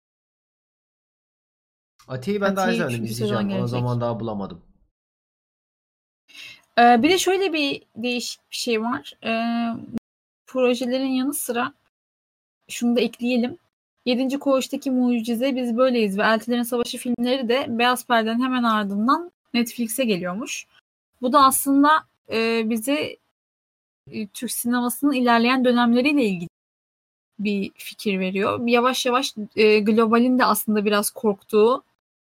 Atiye'yi ben daha Atiye izlemedim, 3. sezon izleyeceğim. O gelecek. zaman daha bulamadım. Bir de şöyle bir değişik bir şey var. Projelerin yanı sıra şunu da ekleyelim. 7. Koğuş'taki Mucize, Biz Böyleyiz ve Eltilerin Savaşı filmleri de Beyaz Perde'nin hemen ardından Netflix'e geliyormuş. Bu da aslında bize Türk sinemasının ilerleyen dönemleriyle ilgili bir fikir veriyor. Yavaş yavaş globalin de aslında biraz korktuğu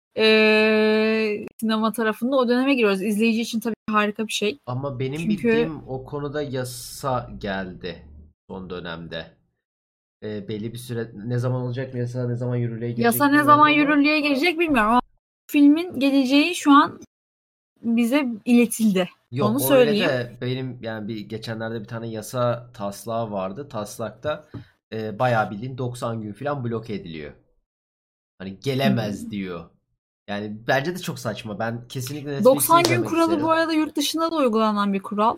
sinema tarafında o döneme giriyoruz. İzleyici için tabii harika bir şey. Ama benim Çünkü bildiğim o konuda yasa geldi son dönemde. Belli bir süre, ne zaman olacak mı, yasa ne zaman yürürlüğe yasa girecek ne bilmiyorum zaman ama yürürlüğe girecek bilmiyorum ama filmin geleceği şu an bize iletildi. Onu yok, o öyle söyleyeyim. de benim yani geçenlerde bir tane yasa taslağı vardı. Taslakta bayağı bildiğin 90 gün falan bloke ediliyor. Hani gelemez diyor. Yani bence de çok saçma. Ben kesinlikle Netflix'i 90 gün izlemek kuralı bu isterim. arada yurt dışında da uygulanan bir kural.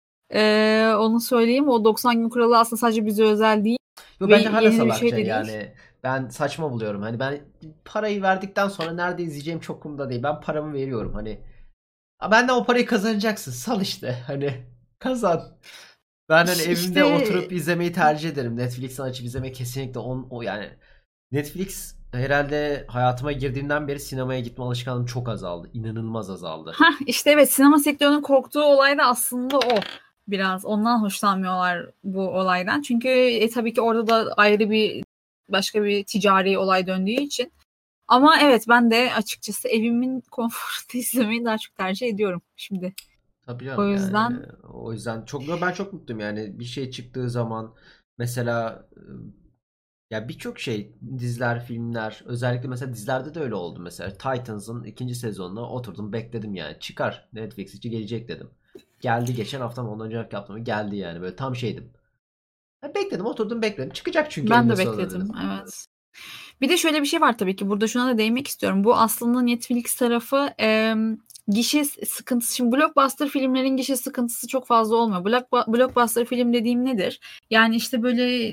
Onu söyleyeyim. O 90 gün kuralı aslında sadece bize özel değil Yo, ve bence hala yeni bir salakça şey de değil. yani. Ben saçma buluyorum. Hani ben parayı verdikten sonra nerede izleyeceğim çok umurumda değil. Ben paramı veriyorum. Hani benden o parayı kazanacaksın. Sal işte. Hani kazan. Ben hani evimde İşte oturup izlemeyi tercih ederim. Netflix'ten açıp izlemeyi kesinlikle o yani. Netflix herhalde hayatıma girdiğinden beri sinemaya gitme alışkanlığım çok azaldı. İnanılmaz azaldı. işte evet, sinema sektörünün korktuğu olay da aslında o. Biraz ondan hoşlanmıyorlar bu olaydan. Çünkü tabii ki orada da ayrı bir başka bir ticari olay döndüğü için. Ama evet, ben de açıkçası evimin konforunda izlemeyi daha çok tercih ediyorum şimdi. Tabii O canım, yani yüzden o yüzden ben çok mutluyum yani bir şey çıktığı zaman mesela ya birçok şey, diziler, filmler, özellikle mesela dizilerde de öyle oldu. Mesela Titans'ın ikinci sezonunu oturdum bekledim, yani çıkar Netflix için gelecek dedim. Geldi geçen hafta mı, ondan önceki hafta mı geldi, yani böyle tam şeydim. Bekledim, oturdum bekledim, çıkacak çünkü ben eninde de sonunda bekledim. dedim. Evet. Bir de şöyle bir şey var tabii ki. Burada şuna da değinmek istiyorum. Bu aslında Netflix tarafı gişe sıkıntısı. Şimdi blockbuster filmlerin gişe sıkıntısı çok fazla olmuyor. Blockbuster film dediğim nedir? Yani işte böyle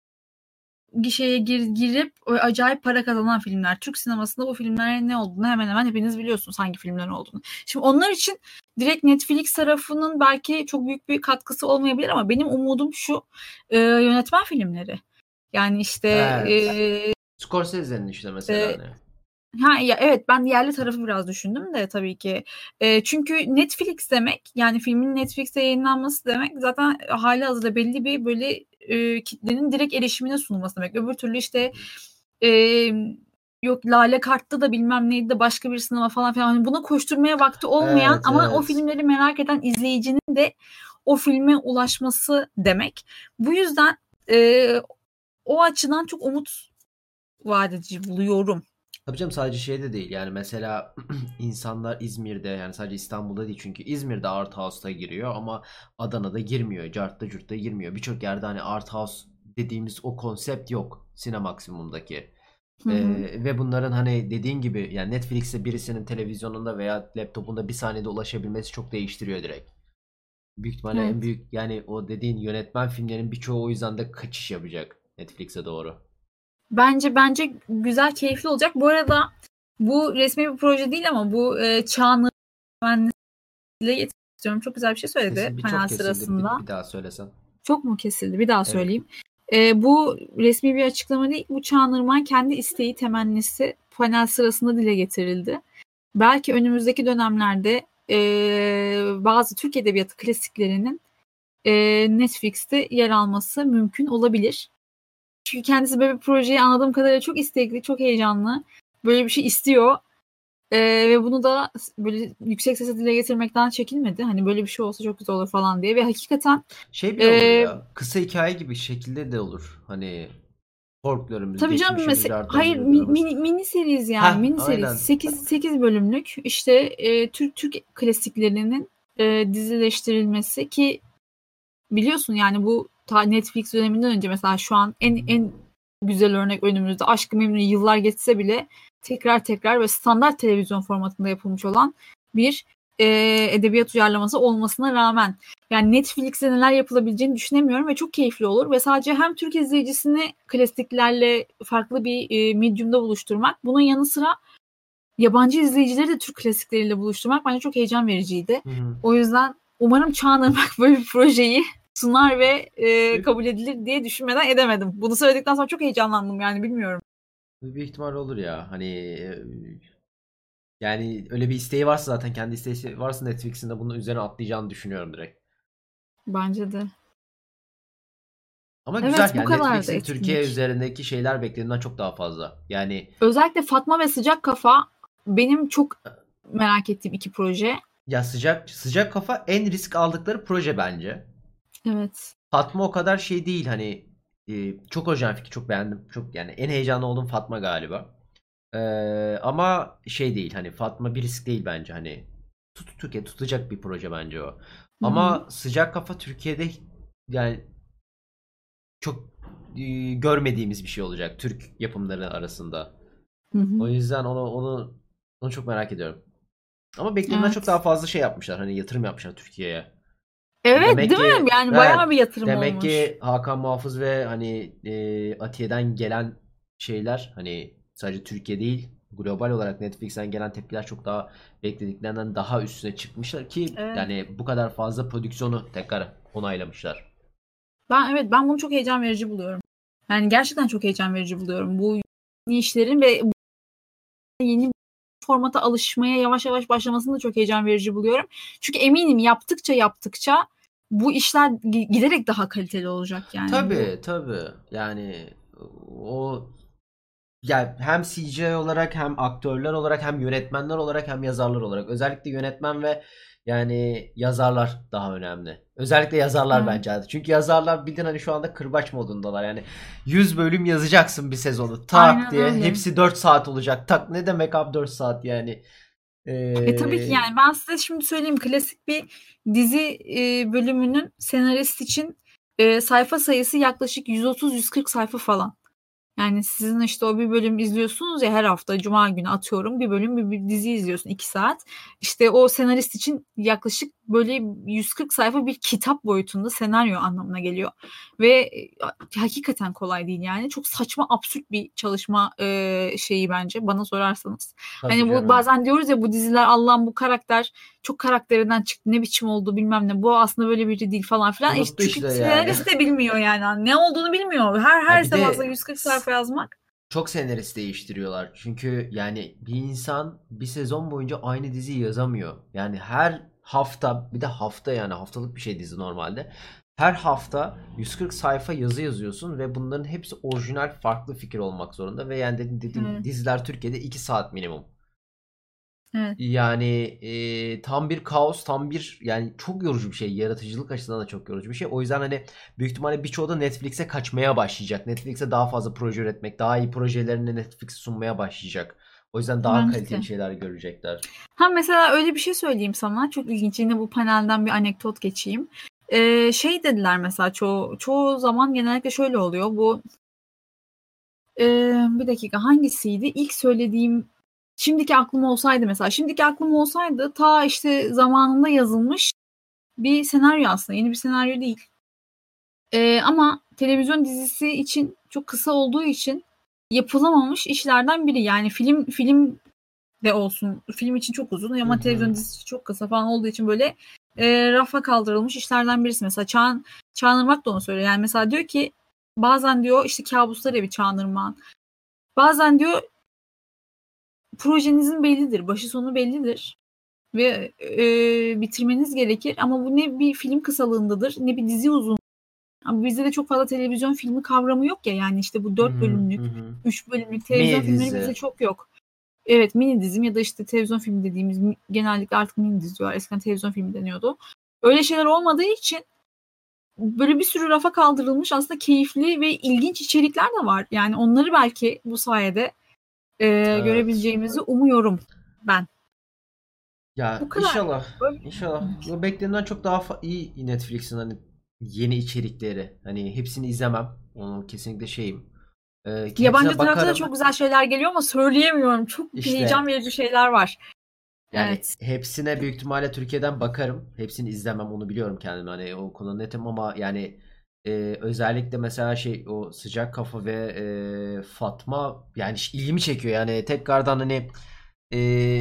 gişeye girip acayip para kazanan filmler. Türk sinemasında bu filmlerin ne olduğunu hemen hemen hepiniz biliyorsunuz, hangi filmler olduğunu. Şimdi onlar için direkt Netflix tarafının belki çok büyük bir katkısı olmayabilir ama benim umudum şu: yönetmen filmleri. Yani işte Evet. Scorsese'nin işte mesela e, hani. ha ya evet, ben yerli tarafı biraz düşündüm de tabii ki. Çünkü Netflix demek, yani filmin Netflix'te yayınlanması demek zaten halihazırda belli bir böyle kitlenin direkt erişimine sunulması demek. Öbür türlü işte e, yok Lale Kart'ta da bilmem neydi de başka bir sınava falan filan. Hani buna koşturmaya vakti olmayan Evet, ama o evet. filmleri merak eden izleyicinin de o filme ulaşması demek. Bu yüzden o açıdan çok umut vaat edici buluyorum. Tabii canım, sadece şey de değil. Yani mesela insanlar İzmir'de, yani sadece İstanbul'da değil, çünkü İzmir'de Art House'ta giriyor ama Adana'da girmiyor. Cart'ta Curt'ta girmiyor. Birçok yerde hani Art House dediğimiz o konsept yok. Sinemaksimum'daki. Hı hı. Ve bunların hani dediğin gibi, yani Netflix'e birisinin televizyonunda veya laptopunda bir saniyede ulaşabilmesi çok değiştiriyor direkt. Büyük ihtimalle en Evet. büyük, yani o dediğin yönetmen filmlerin birçoğu o yüzden de kaçış yapacak Netflix'e doğru. Bence güzel, keyifli olacak. Bu arada bu resmi bir proje değil ama bu Çağın'ı ben dile getirmek istiyorum. Çok güzel bir şey söyledi Sesin bir panel çok kesildi. Bir, sırasında. bir daha söylesen. Çok mu kesildi? Bir daha Evet. söyleyeyim. Bu resmi bir açıklama değil. Bu Çağan Irmak'ın kendi isteği, temennisi panel sırasında dile getirildi. Belki önümüzdeki dönemlerde bazı Türk Edebiyatı klasiklerinin Netflix'te yer alması mümkün olabilir. Çünkü kendisi böyle bir projeyi anladığım kadarıyla çok istekli, çok heyecanlı. Böyle bir şey istiyor. Ve bunu da böyle yüksek sesle dile getirmekten çekinmedi. Hani böyle bir şey olsa çok güzel olur falan diye. Ve hakikaten Şey bile olur e, ya. Kısa hikaye gibi şekilde de olur. Hani folklorumuz, tabii canım, geçmişimiz, mesela artamız, hayır, yurtlarımız. mini seriz, yani Ha, mini seriz. aynen. 8 bölümlük işte Türk klasiklerinin dizileştirilmesi ki biliyorsun yani bu Netflix döneminden önce mesela şu an en güzel örnek önümüzde Aşk-ı Memnu, yıllar geçse bile tekrar tekrar ve standart televizyon formatında yapılmış olan bir edebiyat uyarlaması olmasına rağmen yani Netflix'te neler yapılabileceğini düşünemiyorum ve çok keyifli olur ve sadece hem Türk izleyicisini klasiklerle farklı bir medyumda buluşturmak, bunun yanı sıra yabancı izleyicileri de Türk klasikleriyle buluşturmak bence çok heyecan vericiydi. Hı hı. O yüzden umarım Çağan Irmak böyle bir projeyi sunar ve Büyük, kabul edilir diye düşünmeden edemedim. Bunu söyledikten sonra çok heyecanlandım, yani bilmiyorum. bir ihtimal olur ya. Hani yani öyle bir isteği varsa, zaten kendi isteği varsa Netflix'in de bunun üzerine atlayacağını düşünüyorum direkt. Bence de. Ama güzel, Evet, bu yani kadardı Netflix'in Türkiye etkinlik. üzerindeki şeyler beklediğinden çok daha fazla. Yani Özellikle Fatma ve Sıcak Kafa benim çok merak ettiğim iki proje. ya, sıcak sıcak kafa en risk aldıkları proje bence. Evet. Fatma o kadar şey değil, hani çok orijinal fikir, çok beğendim. Çok, yani en heyecanlı olduğum Fatma galiba. Ama şey değil, hani Fatma bir risk değil bence, hani Türkiye tutacak bir proje bence o. Hı hı. Ama sıcak kafa Türkiye'de yani çok görmediğimiz bir şey olacak Türk yapımları arasında. Hı hı. O yüzden onu çok merak ediyorum. Ama beklediğimden çok daha Evet. fazla şey yapmışlar. Hani yatırım yapmışlar Türkiye'ye. Evet, Demek değil mi? ki Yani evet, bayağı bir yatırım demek olmuş. ki Hakan Muhafız ve hani Atiye'den gelen şeyler, hani sadece Türkiye değil, global olarak Netflix'ten gelen tepkiler çok daha beklediklerinden daha üstüne çıkmışlar ki Evet. yani bu kadar fazla prodüksiyonu tekrar onaylamışlar. Ben bunu çok heyecan verici buluyorum. Yani gerçekten çok heyecan verici buluyorum. Bu yeni işlerin ve yeni formata alışmaya yavaş yavaş başlamasını da çok heyecan verici buluyorum. Çünkü eminim yaptıkça bu işler giderek daha kaliteli olacak yani bu. Tabii, tabii. Yani o, yani hem CGI olarak, hem aktörler olarak, hem yönetmenler olarak, hem yazarlar olarak. Özellikle yönetmen ve yani yazarlar daha önemli. Özellikle yazarlar Evet. bence. Çünkü yazarlar bildiğin hani şu anda kırbaç modundalar. Yani 100 bölüm yazacaksın bir sezonu. Tak Aynen diye. öyle. Hepsi 4 saat olacak. Tak, ne demek abi 4 saat yani. Tabii ki, Ee, yani ben size şimdi söyleyeyim, klasik bir dizi bölümünün senarist için sayfa sayısı yaklaşık 130-140 sayfa falan. Yani sizin işte o bir bölüm izliyorsunuz ya her hafta cuma günü, atıyorum bir bölüm bir dizi izliyorsun 2 saat. İşte o senarist için yaklaşık böyle 140 sayfa bir kitap boyutunda senaryo anlamına geliyor. Ve hakikaten kolay değil yani. Çok saçma, absürt bir çalışma şeyi bence, bana sorarsanız. tabii Hani bu canım. bazen diyoruz ya, bu diziler Allah'ım bu karakter çok karakterinden çıktı, ne biçim oldu bilmem ne. Bu aslında böyle biri değil falan filan. Unuttu Çünkü işte yani. senarist de bilmiyor yani. Ne olduğunu bilmiyor. Her Ya bir defasında de 140 sayfa yazmak. çok senarist değiştiriyorlar. Çünkü yani bir insan bir sezon boyunca aynı diziyi yazamıyor. Yani her hafta, bir de hafta, yani haftalık bir şey dizi normalde. Her hafta 140 sayfa yazı yazıyorsun ve bunların hepsi orijinal farklı fikir olmak zorunda ve yani dediğim gibi Evet. diziler Türkiye'de 2 saat minimum. Evet. Yani tam bir kaos, tam bir yani çok yorucu bir şey. Yaratıcılık açısından da çok yorucu bir şey. O yüzden hani büyük ihtimalle birçoğu da Netflix'e kaçmaya başlayacak. Netflix'e daha fazla proje üretmek, daha iyi projelerini Netflix'e sunmaya başlayacak. O yüzden daha Bence kaliteli de. şeyler görecekler. Ha mesela öyle bir şey söyleyeyim sana. Çok ilginç. Yine bu panelden bir anekdot geçeyim. Şey dediler mesela çoğu zaman genellikle şöyle oluyor. Bu bir dakika hangisiydi? İlk söylediğim şimdiki aklım olsaydı mesela. Şimdiki aklım olsaydı ta işte zamanında yazılmış bir senaryo aslında. Yeni bir senaryo değil. Ama televizyon dizisi için çok kısa olduğu için yapılamamış işlerden biri. Yani film de olsun. Film için çok uzun Hı ama hı. televizyon dizisi çok kısa falan olduğu için böyle rafa kaldırılmış işlerden birisi. Mesela Çağan Irmak da onu söylüyor. Yani mesela diyor ki bazen diyor işte kabuslar evi Çağan Irmak'ın. Bazen diyor projenizin bellidir. Başı sonu bellidir. Ve bitirmeniz gerekir. Ama bu ne bir film kısalığındadır ne bir dizi uzun. Ama bizde de çok fazla televizyon filmi kavramı yok ya. Yani işte bu Hı 4 hı. Hı bölümlük, hı. 3 bölümlük televizyon Mini filmleri bizde dizi. çok yok. Evet mini dizim ya da işte televizyon filmi dediğimiz genellikle artık mini dizi diyorlar. Eskiden televizyon filmi deniyordu. Öyle şeyler olmadığı için böyle bir sürü rafa kaldırılmış aslında keyifli ve ilginç içerikler de var. Yani onları belki bu sayede Evet. görebileceğimizi umuyorum ben. Ya Bu kadar. inşallah. Böyle. İnşallah. Bu beklenenden çok daha iyi Netflix'in hani yeni içerikleri. Hani hepsini izlemem. Onu kesinlikle şeyim. Hepsine Yabancı tarafta da bakarım. çok güzel şeyler geliyor ama söyleyemiyorum. Çok heyecan İşte verici şeyler var. yani Evet. hepsine büyük ihtimalle Türkiye'den bakarım. Hepsini izlemem onu biliyorum kendime. Hani o konuda netim ama yani özellikle mesela şey o Sıcak Kafa ve Fatma yani ilgimi çekiyor. Yani tekrardan hani e,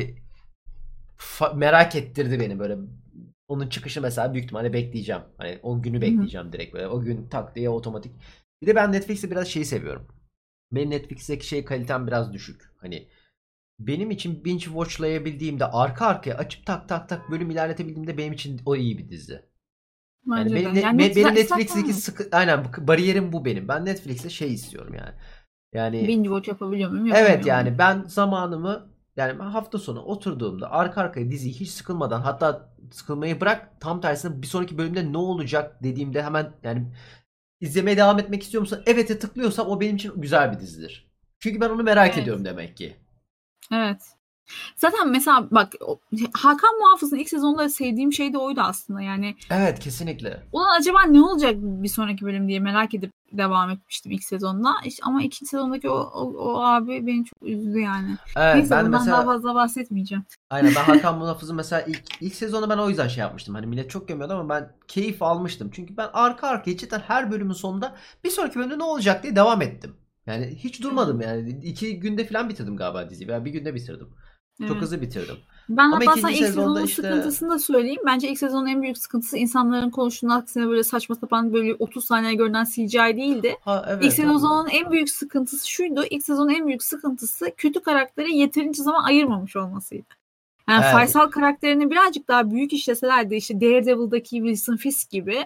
merak ettirdi beni böyle. Onun çıkışı mesela büyük ihtimalle bekleyeceğim. Hani o günü Hı-hı. bekleyeceğim direkt böyle. O gün tak diye otomatik. Bir de ben Netflix'te biraz şeyi seviyorum. Benim Netflix'teki şey kalitem biraz düşük. Hani benim için binge watchlayabildiğimde arka arkaya açıp tak tak tak bölüm ilerletebildiğimde benim için o iyi bir dizi. Yani Bence de. benim Yani benim Netflix'teki zaten sıkı aynen bariyerim bu benim. Ben Netflix'te şey istiyorum yani. Yani binge watch yapabiliyor muyum? evet Yapamıyorum. yani ben zamanımı yani ben hafta sonu oturduğumda arka arkaya diziyi hiç sıkılmadan hatta sıkılmayı bırak tam tersine bir sonraki bölümde ne olacak dediğimde hemen yani izlemeye devam etmek istiyor musun? Evet'e tıklıyorsam o benim için güzel bir dizidir. Çünkü ben onu merak Evet. ediyorum demek ki. Evet. Zaten mesela bak Hakan Muhafız'ın ilk sezonda sevdiğim şey de oydu aslında. Yani Evet kesinlikle. ulan acaba ne olacak bir sonraki bölüm diye merak edip devam etmiştim ilk sezonda. Ama ikinci sezondaki o abi beni çok üzdü yani. Evet Neyse ben de bundan daha mesela fazla bahsetmeyeceğim. aynen ben Hakan Muhafız'ı mesela ilk sezonu ben o yüzden şey yapmıştım. Hani millet çok gömüyordu ama ben keyif almıştım. Çünkü ben arka arkaya cidden her bölümün sonunda bir sonraki bölümde ne olacak diye devam ettim. Yani hiç Evet. durmadım yani. 2 günde falan bitirdim galiba diziyi veya bir günde bitirdim. Çok Evet. hızlı bitirdim. Ben Ama hatta sana ikinci ilk sezonda sezonun işte sıkıntısını da söyleyeyim. Bence ilk sezonun en büyük sıkıntısı insanların konuştuğunun aksine böyle saçma sapan böyle 30 saniye görünen CGI değildi. ha İlk evet ha. sezonun en büyük sıkıntısı şuydu. İlk sezonun en büyük sıkıntısı kötü karakteri yeterince zaman ayırmamış olmasıydı. Yani Evet. Faysal karakterini birazcık daha büyük işleselerdi işte Daredevil'daki Wilson Fisk gibi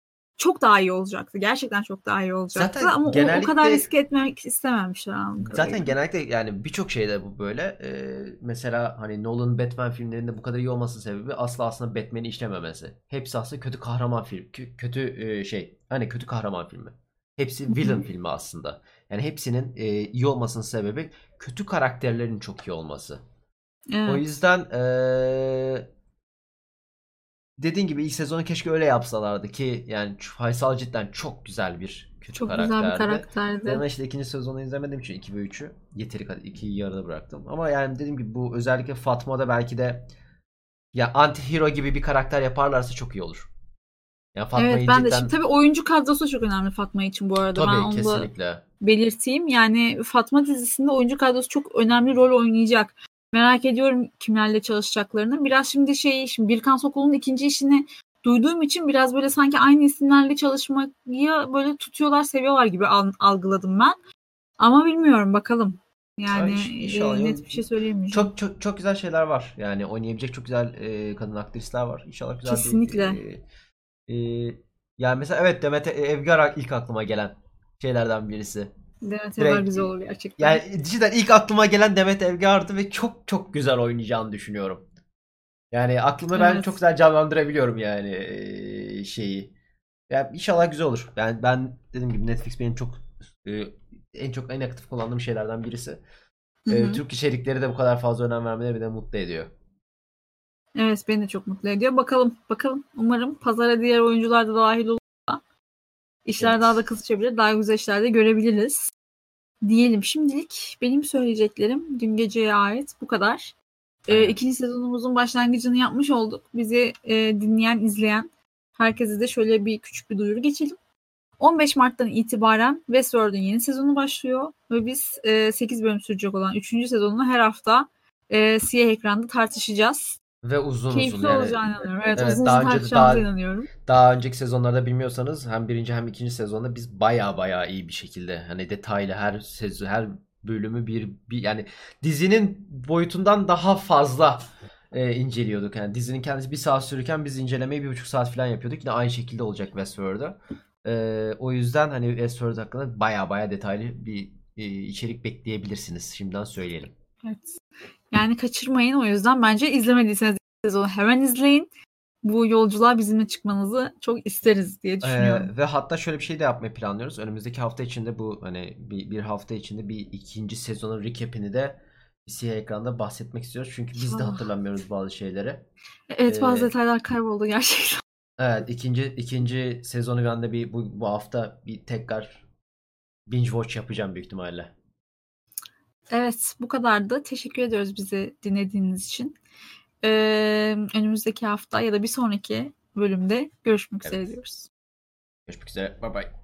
çok daha iyi olacaktı. Gerçekten çok daha iyi olacaktı. Zaten Ama o kadar genellikle riske etmek istememişler anladığım Zaten kadarıyla. genellikle yani birçok şeyde bu böyle. Mesela hani Nolan'ın Batman filmlerinde bu kadar iyi olmasının sebebi asla aslında Batman'i işlememesi. Hepsi aslında kötü kahraman film. Kötü şey. Hani kötü kahraman filmi. Hepsi Hı villain hı. filmi aslında. Yani hepsinin iyi olmasının sebebi kötü karakterlerin çok iyi olması. O Evet. yüzden dediğin gibi ilk sezonu keşke öyle yapsalardı ki yani Faysal cidden çok güzel bir kötü Çok güzel bir karakterdi. Ben karakterdi. ama işte ikinci sezonu izlemediğim için 2 ve 3'ü yeteri kadar 2'yi yarıda bıraktım. Ama yani dediğim gibi bu özellikle Fatma'da belki de ya anti-hero gibi bir karakter yaparlarsa çok iyi olur. Ya Evet Fatma'yı ben de şimdi cidden tabii oyuncu kadrosu çok önemli Fatma için bu arada. Ben tabii onu da kesinlikle. belirteyim. Yani Fatma dizisinde oyuncu kadrosu çok önemli rol oynayacak. Merak ediyorum kimlerle çalışacaklarını. Biraz şimdi Birkan Sokul'un ikinci işini duyduğum için biraz böyle sanki aynı isimlerle çalışmayı böyle tutuyorlar, seviyorlar gibi algıladım ben. Ama bilmiyorum bakalım. Ha, Yani İnşallah. net bir şey söyleyemeyeceğim. Çok güzel şeyler var. Yani oynayabilecek çok güzel kadın aktrisler var. İnşallah güzel bir Kesinlikle. e, Yani mesela evet, Demet Evgar ilk aklıma gelen şeylerden birisi. Demet Evgar Direkt güzel olur gerçekten. yani cidden ilk aklıma gelen Demet Evgar'dı ve çok çok güzel oynayacağını düşünüyorum. Yani aklımda ben çok Evet. güzel canlandırabiliyorum yani şeyi. Ya inşallah güzel olur. Ben dediğim gibi Netflix benim çok e, en aktif kullandığım şeylerden birisi. Hı hı. Türk içerikleri de bu kadar fazla önem vermeleri beni mutlu ediyor. Evet, beni de çok mutlu ediyor. Bakalım, bakalım. Umarım pazara diğer oyuncular da dahil olur. İşler daha da Evet. kızışabilir. Daha güzel işler de görebiliriz. Diyelim şimdilik benim söyleyeceklerim dün geceye ait bu kadar. Aynen. İkinci sezonumuzun başlangıcını yapmış olduk. Bizi dinleyen, izleyen herkese de şöyle bir küçük bir duyuru geçelim. 15 Mart'tan itibaren Westworld'un yeni sezonu başlıyor ve biz 8 bölüm sürecek olan 3. sezonunu her hafta siyah ekranda tartışacağız. Ve uzun uzun Keyifli yani. olacağına inanıyorum. Evet, uzun Evet, uzun daha önce de tartışacağımıza inanıyorum. daha önceki sezonlarda bilmiyorsanız hem birinci hem ikinci sezonda biz baya iyi bir şekilde hani detaylı her sezon her bölümü bir yani dizinin boyutundan daha fazla inceliyorduk. Yani dizinin kendisi bir saat sürürken biz incelemeyi 1,5 saat falan yapıyorduk. Yine aynı şekilde olacak Westworld'da. O yüzden hani Westworld hakkında baya detaylı bir içerik bekleyebilirsiniz. Şimdiden söyleyelim. Evet. Yani kaçırmayın, o yüzden bence izlemediyseniz sezonu hemen izleyin. Bu yolculuğa bizimle çıkmanızı çok isteriz diye düşünüyorum. Ve hatta şöyle bir şey de yapmayı planlıyoruz. Önümüzdeki hafta içinde bu hani bir hafta içinde bir ikinci sezonun recap'ini de siyah ekranda bahsetmek istiyoruz. Çünkü biz de İnşallah. hatırlamıyoruz bazı şeyleri. Evet, bazı Ee, detaylar kayboldu gerçekten. evet, ikinci sezonu ben de bu hafta bir tekrar binge watch yapacağım büyük ihtimalle. Evet, bu kadardı. Teşekkür ediyoruz bizi dinlediğiniz için. Önümüzdeki hafta ya da bir sonraki bölümde görüşmek üzere Evet. diyoruz. Görüşmek üzere. Bye bye.